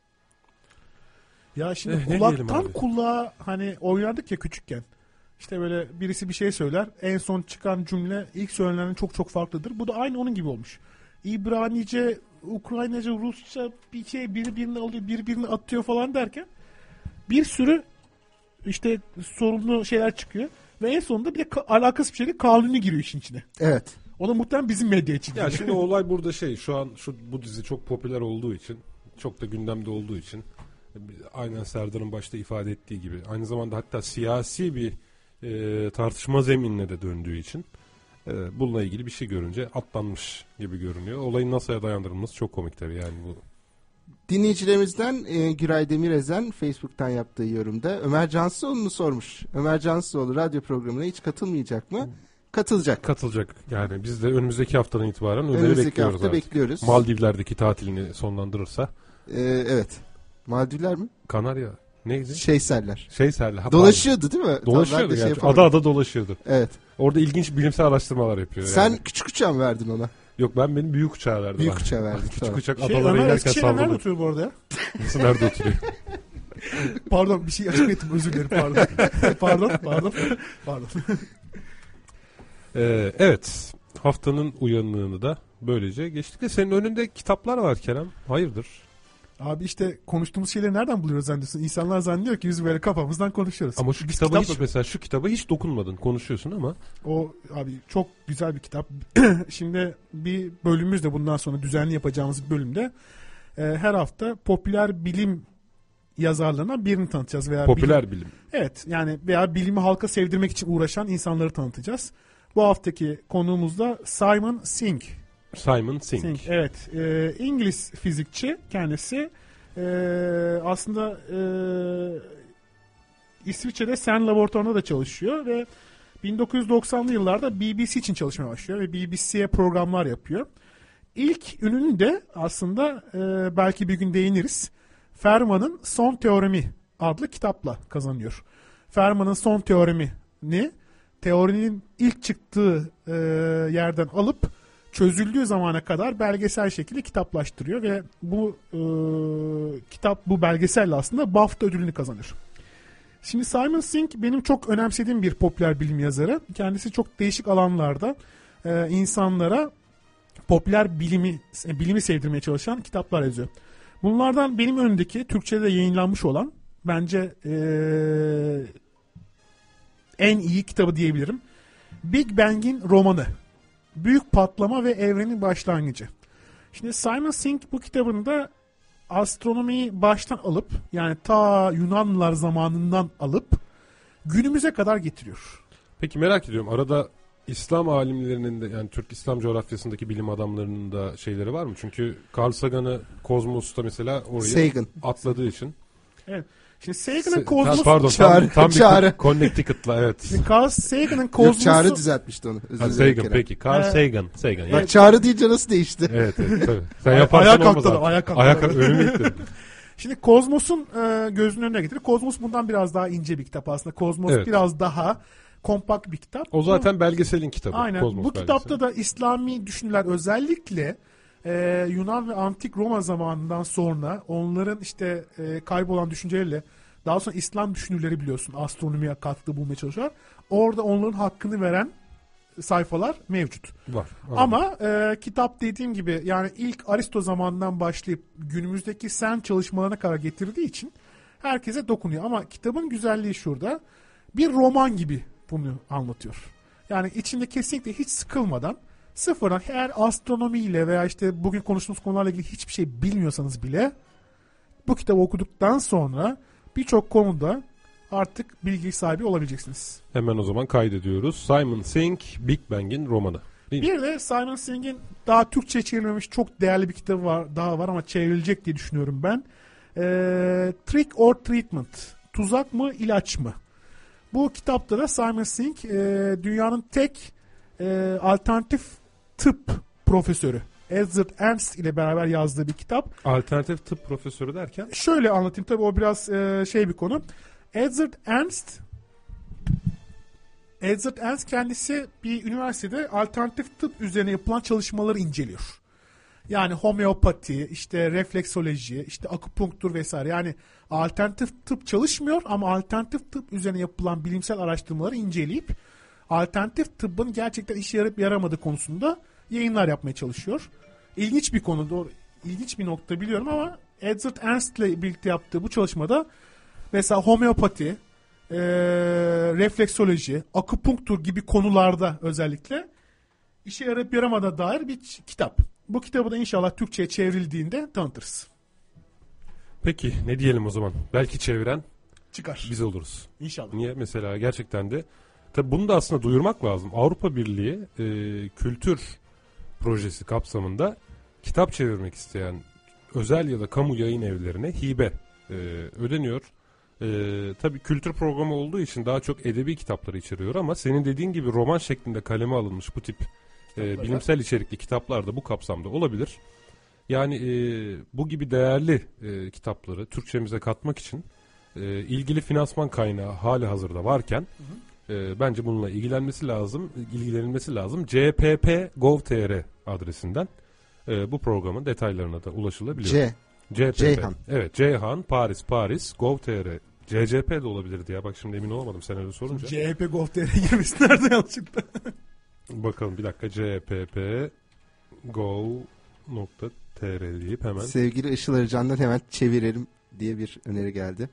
Ya şimdi Eh, ne diyelim kulaktan abi? kulağa hani oynardık ya küçükken. İşte böyle birisi bir şey söyler. En son çıkan cümle ilk söylenenden çok çok farklıdır. Bu da aynı onun gibi olmuş. İbranice, Ukraynaca, Rusça bir şey birbirini alıyor, birbirini atıyor falan derken bir sürü işte sorunlu şeyler çıkıyor. Ve en sonunda bir de ka- alakasız bir şekilde Kanuni giriyor işin içine. Evet. O da muhtemelen bizim medya için. Ya şimdi olay burada şey, şu an şu bu dizi çok popüler olduğu için, çok da gündemde olduğu için, aynen Serdar'ın başta ifade ettiği gibi, aynı zamanda hatta siyasi bir e, tartışma zeminine de döndüğü için e, bununla ilgili bir şey görünce atlanmış gibi görünüyor. Olayın NASA'ya dayandırılması çok komik tabii yani bu. Dinleyicilerimizden e, Güray Demirezen Facebook'tan yaptığı yorumda Ömer Cansıoğlu'nu sormuş. Ömer Cansıoğlu radyo programına hiç katılmayacak mı? Katılacak. Katılacak. Yani biz de önümüzdeki haftadan itibaren Ömer'i Önümüzdeki bekliyoruz hafta artık. bekliyoruz. Maldivler'deki tatilini sonlandırırsa. Ee, evet. Maldivler mi? Kanarya. Neydi? Şeyseller. Şeyseller. Ha, dolaşıyordu değil mi? Dolaşıyordu. Şey Yani. Ada ada dolaşıyordu. Evet. Orada ilginç bilimsel araştırmalar yapıyor. Sen yani. küçük uçağı mı verdin ona? Yok, ben benim büyük uçağı verdim. Büyük uçağı verdin. Küçük tamam. uçak Şey, adalara Ömer inerken Eskişehir'de nerede salladı. oturuyor bu arada ya? Nasıl nerede oturuyor? Pardon, bir şey açık ettim, özür dilerim, pardon. pardon, pardon, pardon. Ee, evet, haftanın uyanığını da böylece geçtik de senin önünde kitaplar var Kerem. Hayırdır? Abi işte konuştuğumuz şeyleri nereden buluyoruz zannediyorsun? İnsanlar zannediyor ki biz böyle kafamızdan konuşuyoruz. Ama şu Biz kitaba kitap- hiç mesela şu kitaba hiç dokunmadın, konuşuyorsun ama. O abi çok güzel bir kitap. Şimdi bir bölümümüzde, bundan sonra düzenli yapacağımız bir bölümde e, her hafta popüler bilim yazarlarına birini tanıtacağız veya Popüler bilim, bilim. Evet, yani veya bilimi halka sevdirmek için uğraşan insanları tanıtacağız. Bu haftaki konuğumuz da Simon Singh. Simon Singh. Singh, evet. E, İngiliz fizikçi kendisi. E, aslında e, İsviçre'de CERN laboratuvarında da çalışıyor ve bin dokuz yüz doksanlı yıllarda B B C için çalışmaya başlıyor ve B B C'ye programlar yapıyor. İlk ününü de aslında e, belki bir gün değiniriz, Fermat'ın Son Teoremi adlı kitapla kazanıyor. Fermat'ın Son Teoremi'ni teorinin ilk çıktığı e, yerden alıp çözüldüğü zamana kadar belgesel şekilde kitaplaştırıyor ve bu e, kitap, bu belgeselle aslında BAFTA ödülünü kazanır. Şimdi Simon Singh benim çok önemsediğim bir popüler bilim yazarı. Kendisi çok değişik alanlarda e, insanlara popüler bilimi bilimi sevdirmeye çalışan kitaplar yazıyor. Bunlardan benim önümdeki Türkçe'de yayınlanmış olan, bence e, en iyi kitabı diyebilirim, Big Bang'in romanı. Büyük Patlama ve Evrenin Başlangıcı. Şimdi Simon Singh bu kitabında astronomiyi baştan alıp, yani ta Yunanlılar zamanından alıp günümüze kadar getiriyor. Peki merak ediyorum, arada İslam alimlerinin de, yani Türk İslam coğrafyasındaki bilim adamlarının da şeyleri var mı? Çünkü Carl Sagan'ı Kozmos'ta mesela oraya Sagan atladığı için. Evet. Şimdi Sagan'ın Se- Kozmos... Pardon, Çağrı, tam, tam bir Çağrı. Connecticut'la, evet. Şimdi Carl Sagan'ın Yok, Kozmos'u... Çağrı düzeltmişti onu. Özür Ha, dilerim Sagan Kerem. peki. Carl Ee, Sagan. Sagan. Yani. Bak Çağrı deyince nasıl değişti? Evet, evet tabii. Sen Ay- yaparsan ayağa olmaz kalktılar, artık. ayağa kalktılar. Ayağa kalk- önüme ittirdin. Şimdi Kozmos'un e, gözünün önüne getirir. Kozmos bundan biraz daha ince bir kitap aslında. Kozmos Evet. biraz daha kompakt bir kitap. O zaten belgeselin kitabı. Aynen. Kozmos Bu belgeseli. kitapta da İslami düşünürler, özellikle e, Yunan ve Antik Roma zamanından sonra onların işte e, kaybolan düşünceleriyle, daha sonra İslam düşünürleri biliyorsun astronomiye katkıda bulmaya çalışıyorlar. Orada onların hakkını veren sayfalar mevcut. Var. Ama e, kitap dediğim gibi yani ilk Aristo zamanından başlayıp günümüzdeki CERN çalışmalarına kadar getirdiği için herkese dokunuyor. Ama kitabın güzelliği şurada. Bir roman gibi bunu anlatıyor. Yani içinde kesinlikle hiç sıkılmadan, sıfırdan, eğer astronomiyle veya işte bugün konuştuğumuz konularla ilgili hiçbir şey bilmiyorsanız bile bu kitabı okuduktan sonra birçok konuda artık bilgi sahibi olabileceksiniz. Hemen o zaman kaydediyoruz. Simon Singh, Big Bang'in romanı. Değil mi? Bir de Simon Singh'in daha Türkçe çevrilmemiş çok değerli bir kitabı var, daha var ama çevrilecek diye düşünüyorum ben. Ee, Trick or Treatment. Tuzak mı, ilaç mı? Bu kitapta da Simon Singh e, dünyanın tek e, alternatif tıp profesörü Edward Ernst ile beraber yazdığı bir kitap. Alternatif tıp profesörü derken? Şöyle anlatayım, tabii o biraz e, şey bir konu. Edward Ernst Edward Ernst kendisi bir üniversitede alternatif tıp üzerine yapılan çalışmaları inceliyor. Yani homeopati, işte refleksoloji, işte akupunktur vesaire. Yani alternatif tıp çalışmıyor ama alternatif tıp üzerine yapılan bilimsel araştırmaları inceleyip alternatif tıbbın gerçekten işe yarayıp yaramadığı konusunda yayınlar yapmaya çalışıyor. İlginç bir konu, doğru, ilginç bir nokta biliyorum ama Edward Ernst ile birlikte yaptığı bu çalışmada mesela homeopati, e, refleksoloji, akupunktur gibi konularda özellikle işe yarayıp yaramadığına dair bir ç- kitap. Bu kitabı da inşallah Türkçe'ye çevrildiğinde tanıtırız. Peki ne diyelim o zaman? Belki çeviren Çıkar. biz oluruz. İnşallah. Niye? Mesela gerçekten de tabi bunu da aslında duyurmak lazım. Avrupa Birliği e, kültür projesi kapsamında kitap çevirmek isteyen özel ya da kamu yayın evlerine hibe e, ödeniyor. E, tabii kültür programı olduğu için daha çok edebi kitapları içeriyor ama senin dediğin gibi roman şeklinde kaleme alınmış bu tip e, bilimsel içerikli kitaplar da bu kapsamda olabilir. Yani e, bu gibi değerli e, kitapları Türkçemize katmak için e, ilgili finansman kaynağı hali hazırda varken hı hı. E, bence bununla ilgilenmesi lazım, ilgilenilmesi lazım. c p p nokta gov nokta t r adresinden e, bu programın detaylarına da ulaşılabiliyor. C. C P P. Ceyhan. Evet, Ceyhan, Paris, Paris, gov nokta t r. C C P de olabilirdi ya. Bak şimdi emin olamadım sen öyle sorunca. C H P nokta gov nokta t r girmesi nerede yanlışlıkla? Bakalım bir dakika. C P P nokta gov nokta t r deyip hemen. Sevgili Işıl Arıcan'dan hemen çevirelim diye bir öneri geldi.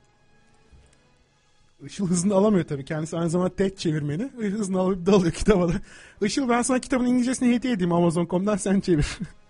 Işıl hızını alamıyor tabii. Kendisi aynı zamanda tek çevirmeni. Hızını alıp dalıyor kitaba da. Işıl ben sana kitabın İngilizcesini hediye edeyim Amazon nokta com'dan sen çevir.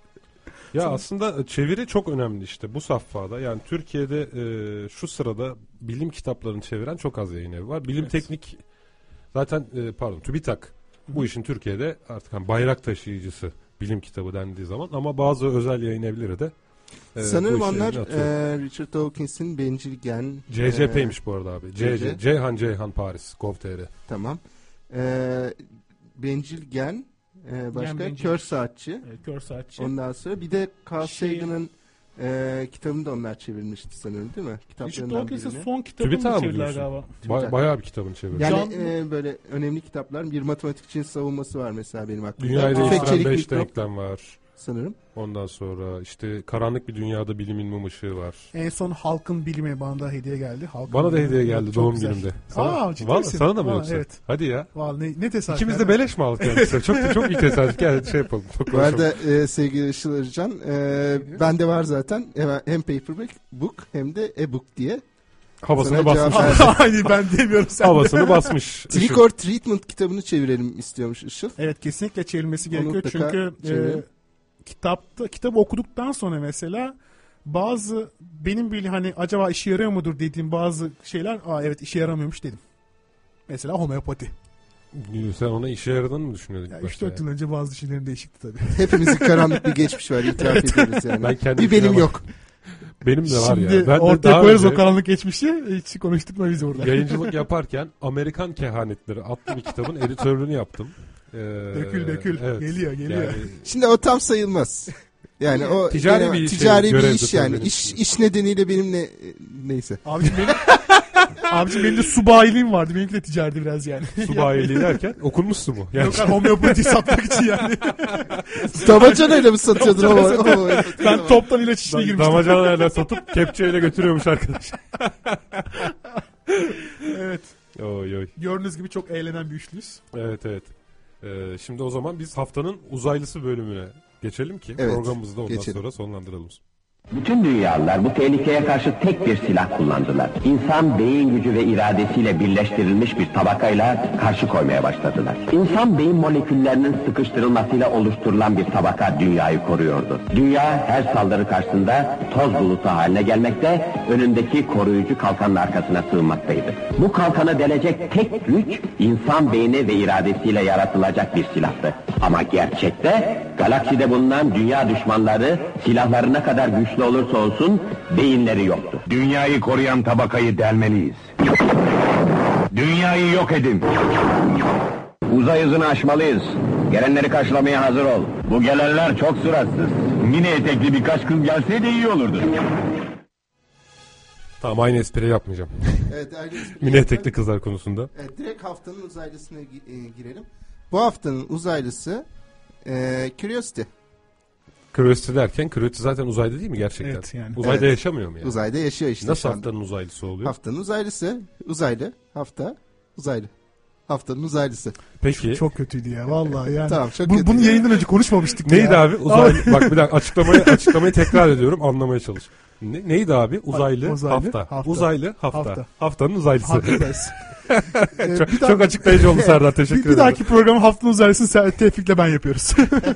Ya Sana... aslında çeviri çok önemli işte bu safhada. Yani Türkiye'de e, şu sırada bilim kitaplarını çeviren çok az yayın evi var. Bilim evet. Teknik zaten e, pardon TÜBİTAK bu işin Türkiye'de artık hani bayrak taşıyıcısı bilim kitabı dendiği zaman ama bazı özel yayın evleri de e, sanırım onlar e, Richard Dawkins'in Bencil Gen C C P'ymiş e, bu arada abi. C C Ceyhan Ceyhan Paris gov nokta t r. Tamam. E, Bencil Gen e, başka Gen Kör Saatçi. Evet, Kör Saatçi. Ondan sonra bir de Carl şey... Sagan'ın e, kitabını da onlar çevirmişti sanırım değil mi? Richard Dawkins'in son kitabını çevirdiler galiba. Ba- bayağı bir kitabını çevirmiş. Yani e, böyle önemli kitaplar. Bir matematikçinin savunması var mesela benim aklımda. Dünyayı değiştiren beş denklem var. Sanırım. Ondan sonra işte karanlık bir dünyada bilimin mum ışığı var. En son Halkın Bilimi bana da hediye geldi. Halkın bana da hediye geldi çok doğum güzel. günümde. Sana, Aa ciddi vallahi, misin? sana da mı Aa, yoksa? Evet. Hadi ya. Vallahi ne, ne tesadüf. İkimiz de beleş mi aldık yani? çok da çok iyi tesadüf. Gel şey yapalım. Bu arada e, sevgili Işıl Arıcan e, bende var zaten hem paperback book hem de e-book diye. Havasını basmış. Aynı ben demiyorum sen. Havasını basmış. Trick or Treatment kitabını çevirelim istiyormuş Işıl. Evet kesinlikle çevrilmesi gerekiyor çünkü e, kitapta kitabı okuduktan sonra mesela bazı benim bile hani acaba işe yarıyor mudur dediğim bazı şeyler aa evet işe yaramıyormuş dedim. Mesela homeopati. Sen ona işe yaradığını mı düşünüyordun? Ya üç dört yıl önce bazı şeylerin değişikti tabii. Hepimizin karanlık bir geçmiş var itiraf evet. ediyoruz yani. Ben bir benim yok. Benim de var Şimdi ya. Ben ortaya koyarız o karanlık geçmişi. Hiç konuşturma bizi burada. Yayıncılık yaparken Amerikan Kehanetleri adlı bir kitabın editörlüğünü yaptım. Ee, dökül dökül. Evet. Geliyor geliyor. Yani... Şimdi o tam sayılmaz. Yani o ticari yani, bir, ticari şey, bir iş yani. İş, iş nedeniyle benimle neyse. Abicim benim Abicim benim de subayiliğim vardı. Benimki de ticareti biraz yani. Subayiliği derken okunmuştu mu? Yani... Yok homeopati satmak için yani. Damacanayla mı satıyordun o? o ben toptan ilaç işine girmiştim. Damacanayla satıp kepçeyle götürüyormuş arkadaş. Evet. Oy oy. Gördüğünüz gibi çok eğlenen bir üçlüyüz. Evet evet. Ee, şimdi o zaman biz haftanın uzaylısı bölümüne geçelim ki evet, programımızı da ondan geçelim. sonra sonlandıralım. Bütün dünyalılar bu tehlikeye karşı tek bir silah kullandılar. İnsan beyin gücü ve iradesiyle birleştirilmiş bir tabakayla karşı koymaya başladılar. İnsan beyin moleküllerinin sıkıştırılmasıyla oluşturulan bir tabaka dünyayı koruyordu. Dünya her saldırı karşısında toz bulutu haline gelmekte, önündeki koruyucu kalkanın arkasına sığınmaktaydı. Bu kalkanı delecek tek güç insan beyni ve iradesiyle yaratılacak bir silahtı. Ama gerçekte galakside bulunan dünya düşmanları silahlarına kadar güçlü olursa olsun beyinleri yoktu. Dünyayı koruyan tabakayı delmeliyiz. Dünyayı yok edin. Uzay hızını aşmalıyız. Gelenleri karşılamaya hazır ol. Bu gelenler çok suratsız. Mini etekli birkaç kız gelseydi iyi olurdu. Tamam aynı espri yapmayacağım. Evet, aynı espri Mini etekli kızlar konusunda. Evet, direkt haftanın uzaylısına girelim. Bu haftanın uzaylısı e, Curiosity. Curiosity derken Curiosity zaten uzayda değil mi gerçekten? Evet, yani. Uzayda evet. yaşamıyor mu yani? Uzayda yaşıyor işte. Nasıl haftanın uzaylısı oluyor? Haftanın uzaylısı, uzaylı, hafta, uzaylı. Haftanın uzaylısı. Peki. Çok, çok kötüydü ya vallahi yani. Tamam, çok Bu, kötü. Bunu yayından önce konuşmamıştık. Neydi ya. abi? Uzaylı. Bak bir dakika açıklamayı açıklamayı tekrar ediyorum, anlamaya çalış. Ne, neydi abi? Uzaylı, uzaylı hafta. hafta. Uzaylı hafta. hafta. Haftanın uzaylısı. Ee, çok, bir daha- çok açıklayıcı oldu Serdar, teşekkür bir, ederim. bir dahaki programı haftanın uzarlısını Tevfik'le ben yapıyoruz.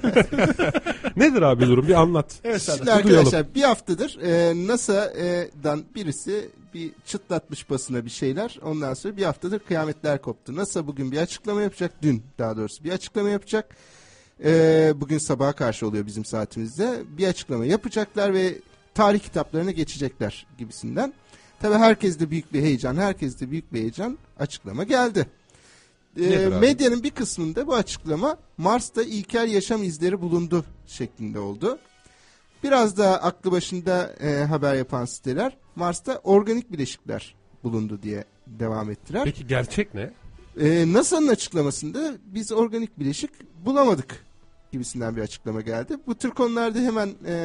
Nedir abi durum, bir anlat. Evet Şimdi Serdar. arkadaşlar bir haftadır e, NASA'dan birisi bir çıtlatmış basına bir şeyler. Ondan sonra bir haftadır kıyametler koptu. NASA bugün bir açıklama yapacak. Dün daha doğrusu bir açıklama yapacak. E, bugün sabaha karşı oluyor bizim saatimizde. Bir açıklama yapacaklar ve tarih kitaplarına geçecekler gibisinden. Tabii herkeste büyük bir heyecan, herkeste büyük bir heyecan. Açıklama geldi. E, medyanın bir kısmında bu açıklama Mars'ta ilkel yaşam izleri bulundu şeklinde oldu. Biraz daha aklı başında e, haber yapan siteler Mars'ta organik bileşikler bulundu diye devam ettiler. Peki gerçek ne? E, NASA'nın açıklamasında biz organik bileşik bulamadık gibisinden bir açıklama geldi. Bu tür konularda hemen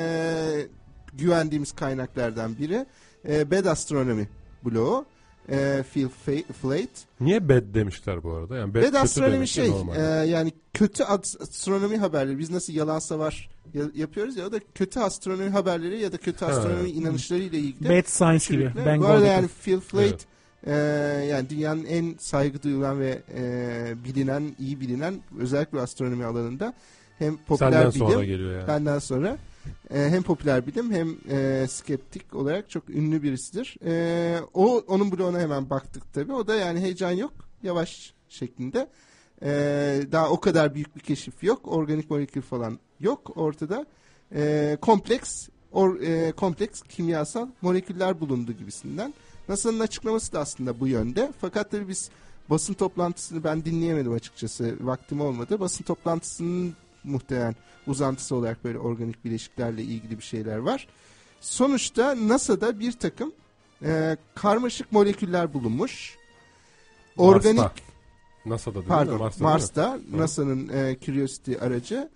e, güvendiğimiz kaynaklardan biri e, Bad Astronomy bloğu. E, Phil Flate. Niye bad demişler bu arada? Yani bad, bad kötü astronomi demek şey normal. e, yani kötü astronomi haberleri, biz nasıl yalan savar ya- yapıyoruz ya, o da kötü astronomi haberleri ya da kötü Ha. astronomi inanışları ile ilgili. Bad science gibi. Kesinlikle. Ben Bu arada Gordon. yani Phil Flate Evet. e, yani dünyanın en saygı duyulan ve e, bilinen, iyi bilinen özellikle astronomi alanında hem popüler Senden bilim, sonra geliyor yani. benden sonra e, hem popüler bilim hem e, skeptik olarak çok ünlü birisidir. E, o onun bloğuna hemen baktık tabii. O da yani heyecan yok, yavaş şeklinde. E, daha o kadar büyük bir keşif yok. Organik molekül falan yok ortada. E, kompleks or, e, kompleks kimyasal moleküller bulundu gibisinden. NASA'nın açıklaması da aslında bu yönde. Fakat tabii biz basın toplantısını ben dinleyemedim açıkçası. Vaktim olmadı. Basın toplantısının muhtemelen uzantısı olarak böyle organik bileşiklerle ilgili bir şeyler var. Sonuçta NASA'da bir takım e, karmaşık moleküller bulunmuş. Organik Mars'ta. NASA'da değil pardon mi? Mars'ta, Mars'ta değil mi? NASA'nın e, Curiosity aracı.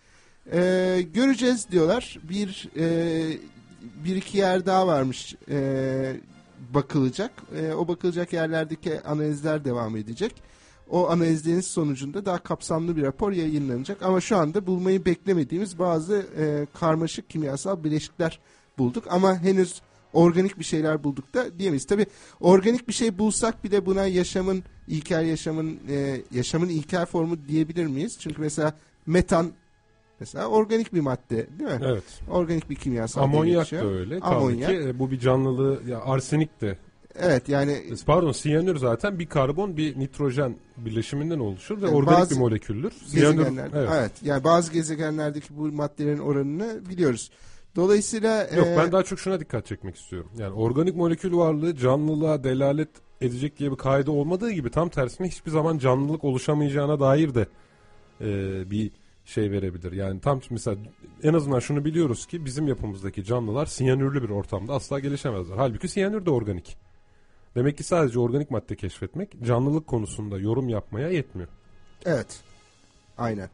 E, göreceğiz diyorlar. Bir e, bir iki yer daha varmış. E, bakılacak. E, o bakılacak yerlerdeki analizler devam edecek. O analizlerin sonucunda daha kapsamlı bir rapor yayınlanacak. Ama şu anda bulmayı beklemediğimiz bazı e, karmaşık kimyasal bileşikler bulduk. Ama henüz organik bir şeyler bulduk da diyemeyiz. Tabii organik bir şey bulsak bile buna yaşamın, ilkel yaşamın, e, yaşamın ilkel formu diyebilir miyiz? Çünkü mesela metan mesela organik bir madde değil mi? Evet. Organik bir kimyasal. Amonyak da öyle. Amonyak. Tabii ki e, bu bir canlılığı, ya arsenik de. Evet yani. Pardon, siyanür zaten bir karbon bir nitrojen birleşiminden oluşur ve Yani organik bazı bir moleküldür. Siyanür, gezegenler, evet. evet. Yani bazı gezegenlerdeki bu maddelerin oranını biliyoruz. Dolayısıyla Yok e, ben daha çok şuna dikkat çekmek istiyorum. Yani organik molekül varlığı canlılığa delalet edecek diye bir kaide olmadığı gibi tam tersine hiçbir zaman canlılık oluşamayacağına dair de e, bir şey verebilir. Yani tam mesela en azından şunu biliyoruz ki bizim yapımızdaki canlılar siyanürlü bir ortamda asla gelişemezler. Halbuki siyanür de organik. Demek ki sadece organik madde keşfetmek canlılık konusunda yorum yapmaya yetmiyor. Evet. Aynen.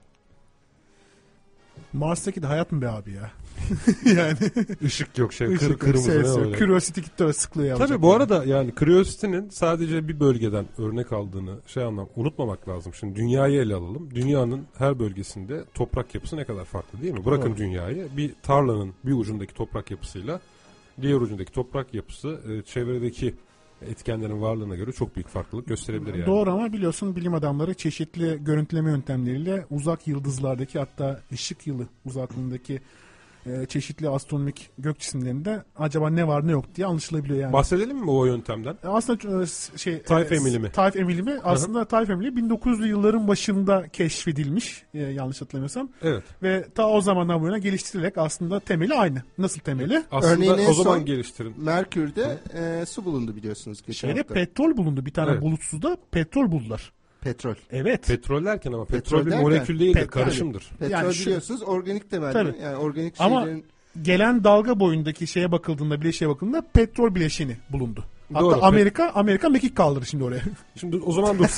Mars'taki de hayat mı be abi ya? yani ışık yok şey Işık kır, yok, kırmızı ses ne yok. öyle. Curiosity gitti sıklığı Tabii bu arada yani Curiosity'nin sadece bir bölgeden örnek aldığını şey anlam unutmamak lazım. Şimdi dünyayı ele alalım. Dünyanın her bölgesinde toprak yapısı ne kadar farklı değil mi? Bırakın Evet. dünyayı bir tarlanın bir ucundaki toprak yapısıyla diğer ucundaki toprak yapısı e, çevredeki etkenlerin varlığına göre çok büyük farklılık gösterebilir yani. Doğru ama biliyorsun bilim adamları çeşitli görüntüleme yöntemleriyle uzak yıldızlardaki hatta ışık yılı uzaklığındaki e, çeşitli astronomik gök cisimlerinde acaba ne var ne yok diye anlaşılabiliyor yani. Bahsedelim mi o yöntemden? Aslında e, şey Tayf e, emilimi. Tayf emilimi aslında Tayf emilimi bin dokuz yüzlü yılların başında keşfedilmiş e, yanlış hatırlamıyorsam. Evet. Ve ta o zamandan bu yana geliştirilerek aslında temeli aynı. Nasıl temeli? Aslında örneğin o zaman son geliştirin. Merkür'de e, su bulundu biliyorsunuz geçen Şeyde hafta. petrol bulundu. Bir tane Evet. bulutsuzda petrol buldular. Petrol. Evet. Petrol derken ama petrol, Petrol bir derken- molekül değildir, Petrol. karışımdır. Petrol Yani şu- biliyorsunuz organik temelli. Tabii. Yani organik Ama şeylerin gelen dalga boyundaki şeye bakıldığında, bileşiğe bakıldığında petrol bileşeni bulundu. Hatta Doğru. Amerika Amerika mekik kaldırdı şimdi oraya. Şimdi o zaman dur.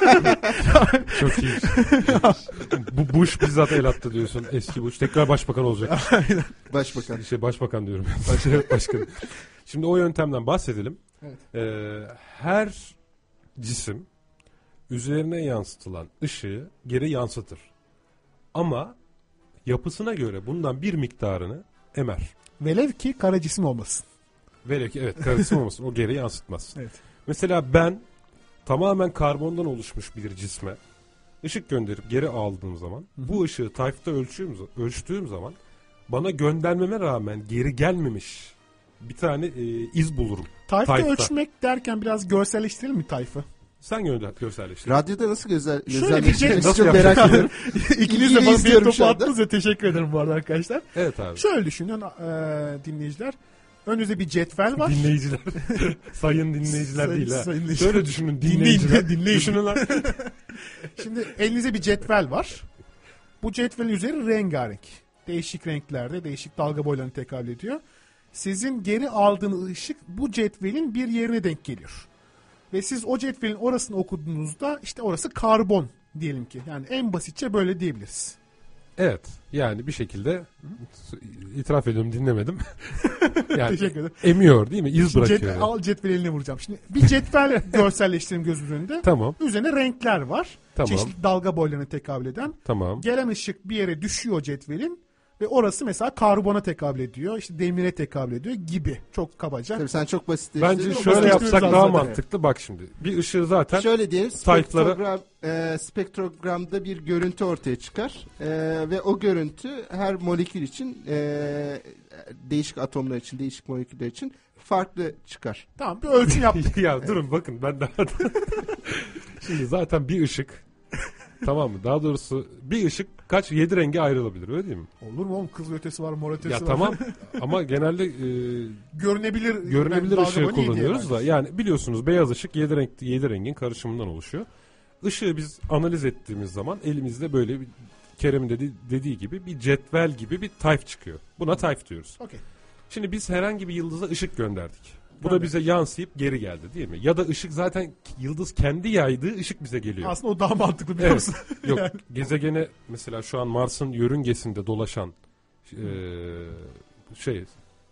Çok iyi. Bu Bush bizzat el attı diyorsun. Eski Bush tekrar başbakan olacak. başbakan. Şey başbakan diyorum. Baş, başkan. Şimdi o yöntemden bahsedelim. Evet. Ee, her cisim üzerine yansıtılan ışığı geri yansıtır. Ama yapısına göre bundan bir miktarını emer. Velev ki kara cisim olmasın. Velev ki evet karısı olmasın o geri yansıtmaz. Evet. Mesela ben tamamen karbondan oluşmuş bir cisme ışık gönderip geri aldığım zaman, hı hı. bu ışığı Type'da ölçtüğüm, ölçtüğüm zaman bana göndermeme rağmen geri gelmemiş bir tane e, iz bulurum. Type'da Type'da ölçmek derken biraz görselleştirelim mi Type'ı? Sen gönder, görselleştir. Radyoda nasıl gözel, Şöyle bir şey nasıl çok merak ediyorum. İkiniz de bana bir topu attınız ya, teşekkür ederim bu arada arkadaşlar. Evet abi. Şöyle düşünün e, dinleyiciler. Önünüzde bir cetvel var. Dinleyiciler. Sayın dinleyiciler sayın, değil ha. Sayın Şöyle düşünün dinleyiciler. Dinleyin, dinleyin. Düşünün lan. Şimdi elinizde bir cetvel var. Bu cetvelin üzeri rengarenk. Değişik renklerde, değişik dalga boylarını tekabül ediyor. Sizin geri aldığınız ışık bu cetvelin bir yerine denk geliyor. Ve siz o cetvelin orasını okuduğunuzda işte orası karbon diyelim ki. Yani en basitçe böyle diyebiliriz. Evet. Yani bir şekilde itiraf ediyorum dinlemedim. Yani teşekkür ederim. Emiyor değil mi? İz Şimdi bırakıyor. Cet, yani. Al cetveli eline vuracağım. Şimdi bir cetvel görselleştirelim gözümüzün önünde. Tamam. Üzerine renkler var. Tamam. Çeşitli dalga boylarına tekabül eden. Tamam. Gelen ışık bir yere düşüyor cetvelin. Ve orası mesela karbona tekabül ediyor. İşte demire tekabül ediyor gibi. Çok kabaca. Tabii sen çok basitleştirdin. Bence şöyle yapsak daha zaten mantıklı. Bak şimdi. Bir ışığı zaten şöyle diyelim. Spektrogram, spektrogram, e, spektrogramda bir görüntü ortaya çıkar. E, ve o görüntü her molekül için e, değişik atomlar için, değişik moleküller için farklı çıkar. Tamam, bir ölçüm yaptık. Ya durun bakın ben daha şimdi zaten bir ışık tamam mı? Daha doğrusu bir ışık kaç? Yedi renge ayrılabilir öyle değil mi? Olur mu oğlum? Kızıl ötesi var, mor ötesi ya var. Tamam ama genelde e, görünebilir görünebilir ışığı kullanıyoruz da yani biliyorsunuz beyaz ışık yedi renk yedi rengin karışımından oluşuyor. Işığı biz analiz ettiğimiz zaman elimizde böyle bir Kerem'in dedi, dediği gibi bir cetvel gibi bir type çıkıyor. Buna type diyoruz. Okay. Şimdi biz herhangi bir yıldıza ışık gönderdik. Bu Tabii. da bize yansıyıp geri geldi değil mi? Ya da ışık zaten yıldız kendi yaydığı ışık bize geliyor. Aslında o daha mantıklı biliyor musun? Evet. Yok yani. Gezegene mesela şu an Mars'ın yörüngesinde dolaşan e, şey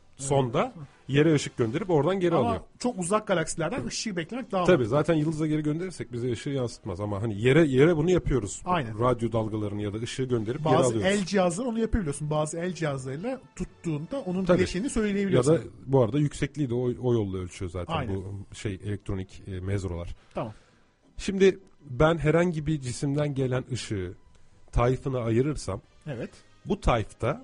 sonda yere ışık gönderip oradan geri ama alıyor. Ama çok uzak galaksilerden ışığı beklemek daha Tabii mantıklı. zaten yıldıza geri gönderirsek bize ışığı yansıtmaz ama hani yere yere bunu yapıyoruz. Aynen. Radyo dalgalarını ya da ışığı gönderip bazı geri alıyoruz. Bazı el cihazları onu yapabiliyorsun. Bazı el cihazlarıyla tuttuğunda onun Tabii. bileşeni söyleyebiliyorsun. Ya da bu arada yüksekliği de o, o yolla ölçüyor zaten. Aynen. Bu şey elektronik e, mezrolar. Tamam. Şimdi ben herhangi bir cisimden gelen ışığı tayfına ayırırsam evet. bu tayfta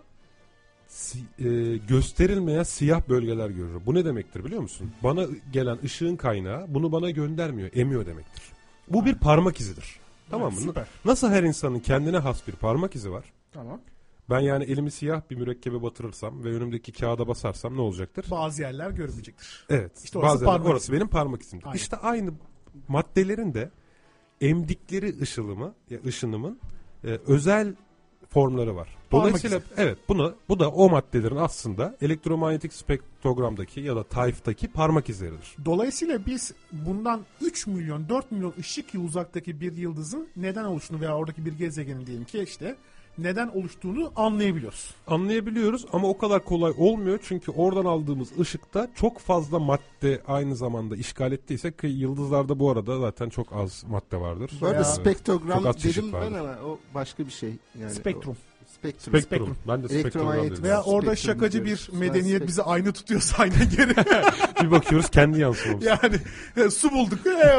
si, e, gösterilmeyen siyah bölgeler görürüm. Bu ne demektir biliyor musun? Bana gelen ışığın kaynağı bunu bana göndermiyor, emiyor demektir. Bu Aynen. bir parmak izidir. Tamam mı? Süper. Nasıl her insanın kendine has bir parmak izi var? Tamam. Ben yani elimi siyah bir mürekkebe batırırsam ve önümdeki kağıda basarsam ne olacaktır? Bazı yerler görmeyecektir. Evet. İşte orası, bazı yerler, parmak orası benim parmak izimdir. Aynen. İşte aynı maddelerin de emdikleri ışılımı, ya ışınımın e, özel formları var. Dolayısıyla evet bunu bu da o maddelerin aslında elektromanyetik spektrogramdaki ya da tayftaki parmak izleridir. Dolayısıyla biz bundan üç milyon dört milyon ışık yılı uzaktaki bir yıldızın neden oluştuğunu veya oradaki bir gezegenin diyelim ki işte neden oluştuğunu anlayabiliyoruz. Anlayabiliyoruz ama o kadar kolay olmuyor çünkü oradan aldığımız ışıkta çok fazla madde aynı zamanda işgal ettiyse ki yıldızlarda bu arada zaten çok az madde vardır. Bu arada ya, spektrogram dedim ben ama o başka bir şey. Yani spektrum. O, spektrum. Spektrum. Spektrum. Ben de spektrum dedim. Veya orada spektrum şakacı diyoruz. Bir medeniyet bizi aynı tutuyorsa aynen geri. Bir bakıyoruz kendi yansımamız. Yani su bulduk.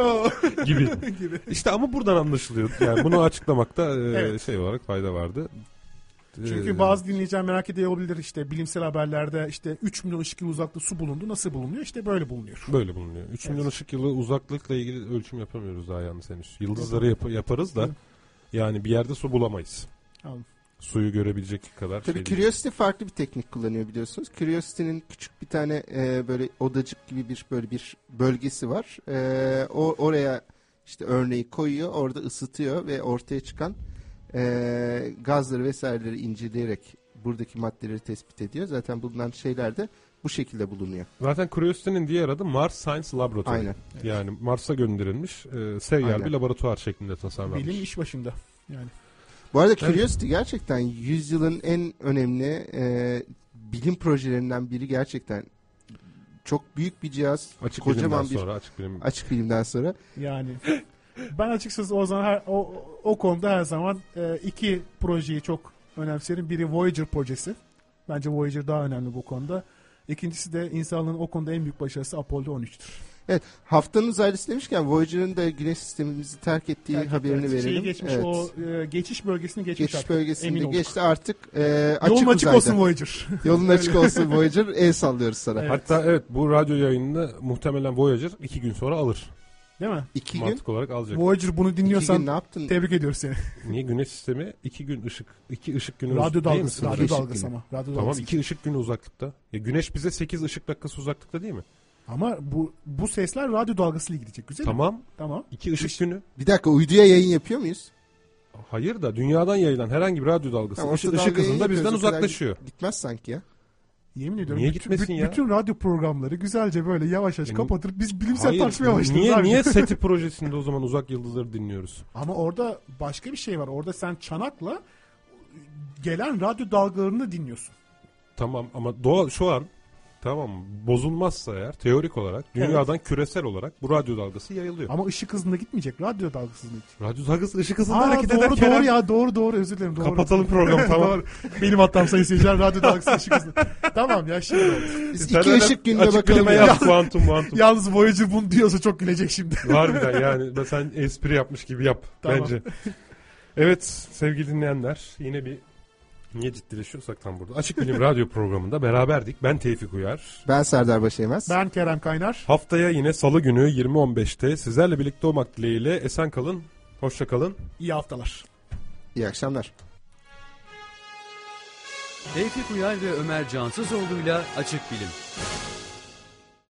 gibi. gibi. İşte ama buradan anlaşılıyor. Yani bunu açıklamakta evet. şey olarak fayda vardı. Çünkü ee, bazı dinleyiciler merak ediyor olabilir işte bilimsel haberlerde işte üç milyon ışık yılı uzaklıkta su bulundu. Nasıl bulunuyor? İşte böyle bulunuyor. Böyle bulunuyor. üç evet. milyon ışık yılı uzaklıkla ilgili ölçüm yapamıyoruz daha yalnız henüz. Yıldızları yap- yaparız da Hı. yani bir yerde su bulamayız. Anladım. Suyu görebilecek kadar Tabii şey Curiosity değil. Farklı bir teknik kullanıyor biliyorsunuz. Curiosity'nin küçük bir tane e, böyle odacık gibi bir böyle bir bölgesi var. E, o oraya işte örneği koyuyor, orada ısıtıyor ve ortaya çıkan e, gazları vesaireleri inceleyerek buradaki maddeleri tespit ediyor. Zaten bulunan şeyler de bu şekilde bulunuyor. Zaten Curiosity'nin diğer adı Mars Science Laboratory. Aynen. Yani Mars'a gönderilmiş e, seyyar bir laboratuvar şeklinde tasarlanmış. Bilim iş başında yani. Bu arada Curiosity evet. gerçekten yüzyılın en önemli e, bilim projelerinden biri gerçekten. Çok büyük bir cihaz. Açık kocaman bilimden bir sonra. Açık, bilim. açık bilimden sonra. Yani ben açıkçası o zaman her, o, o konuda her zaman e, iki projeyi çok önemserim. Biri Voyager projesi. Bence Voyager daha önemli bu konuda. İkincisi de insanlığın o konuda en büyük başarısı Apollo on üç'tür. Evet, haftanın uzaylısı demişken Voyager'ın da güneş sistemimizi terk ettiği Terk- haberini evet, verelim. Şeyi geçmiş, Evet. o e, geçiş bölgesini geçmiş. Geçiş artık. bölgesinde Emin olduk. geçti artık. E, açık Yolun açık uzayda. olsun Voyager. Yolun açık olsun Voyager. El sallıyoruz sana. Evet. Hatta evet, bu radyo yayınını muhtemelen Voyager iki gün sonra alır. Değil mi? İki gün. Mantık olarak alacak. Voyager bunu dinliyorsan gün ne yaptın? tebrik ediyoruz seni. Niye güneş sistemi iki gün ışık iki ışık günü Radyo değil mi dalgası, sınırı? radyo Işık dalgası günü. ama. Radyo Tamam, dalgası. iki ışık günü uzaklıkta. Ya güneş bize sekiz ışık dakikası uzaklıkta değil mi? Ama bu bu sesler radyo dalgasıyla gidecek. Güzel mi? Tamam. Tamam. iki ışık günü. Bir dakika, uyduya yayın yapıyor muyuz? Hayır da dünyadan yayılan herhangi bir radyo dalgası Tamam, ışık, orta ışık dalga hızında yayın bizden yapıyoruz, o kadar uzaklaşıyor. Gitmez sanki ya. Yemin ediyorum. Niye bütün, gitmesin bütün, ya? bütün radyo programları güzelce böyle yavaş yavaş Yani- kapatır. Biz bilimsel Hayır, tartışmaya başlarız. niye, abi. niye SETI projesinde o zaman uzak yıldızları dinliyoruz? Ama orada başka bir şey var. Orada sen çanakla gelen radyo dalgalarını dinliyorsun. Tamam ama doğa şu an tamam mı? Bozulmazsa eğer teorik olarak dünyadan küresel olarak bu radyo dalgası yayılıyor. Ama ışık hızında gitmeyecek. Radyo dalgası hızında gidecek. Radyo dalgası ışık hızında Aa, hareket doğru eder doğru Kerem. ya doğru doğru özür dilerim. Doğru. Kapatalım programı, tamam. Doğru. Benim hatam sayın seyirciler, radyo dalgası ışık hızında. Tamam ya şimdi oldu. Biz Sen iki öyle ışık günde açık bakalım bilime ya. yap, kuantum kuantum. Yalnız Voyager bunu diyorsa çok gülecek şimdi. Harbiden yani. Ben sen espri yapmış gibi yap Tamam. bence. Evet sevgili dinleyenler, yine bir niye ciddileşiyorsak tam burada. Açık Bilim Radyo programında beraberdik. Ben Tevfik Uyar. Ben Serdar Başaymaz. Ben Kerem Kaynar. Haftaya yine Salı günü yirmi on beşte sizlerle birlikte olmak dileğiyle esen kalın. Hoşça kalın. İyi haftalar. İyi akşamlar. Tevfik Uyar ve Ömer Cansızoğlu'yla Açık Bilim.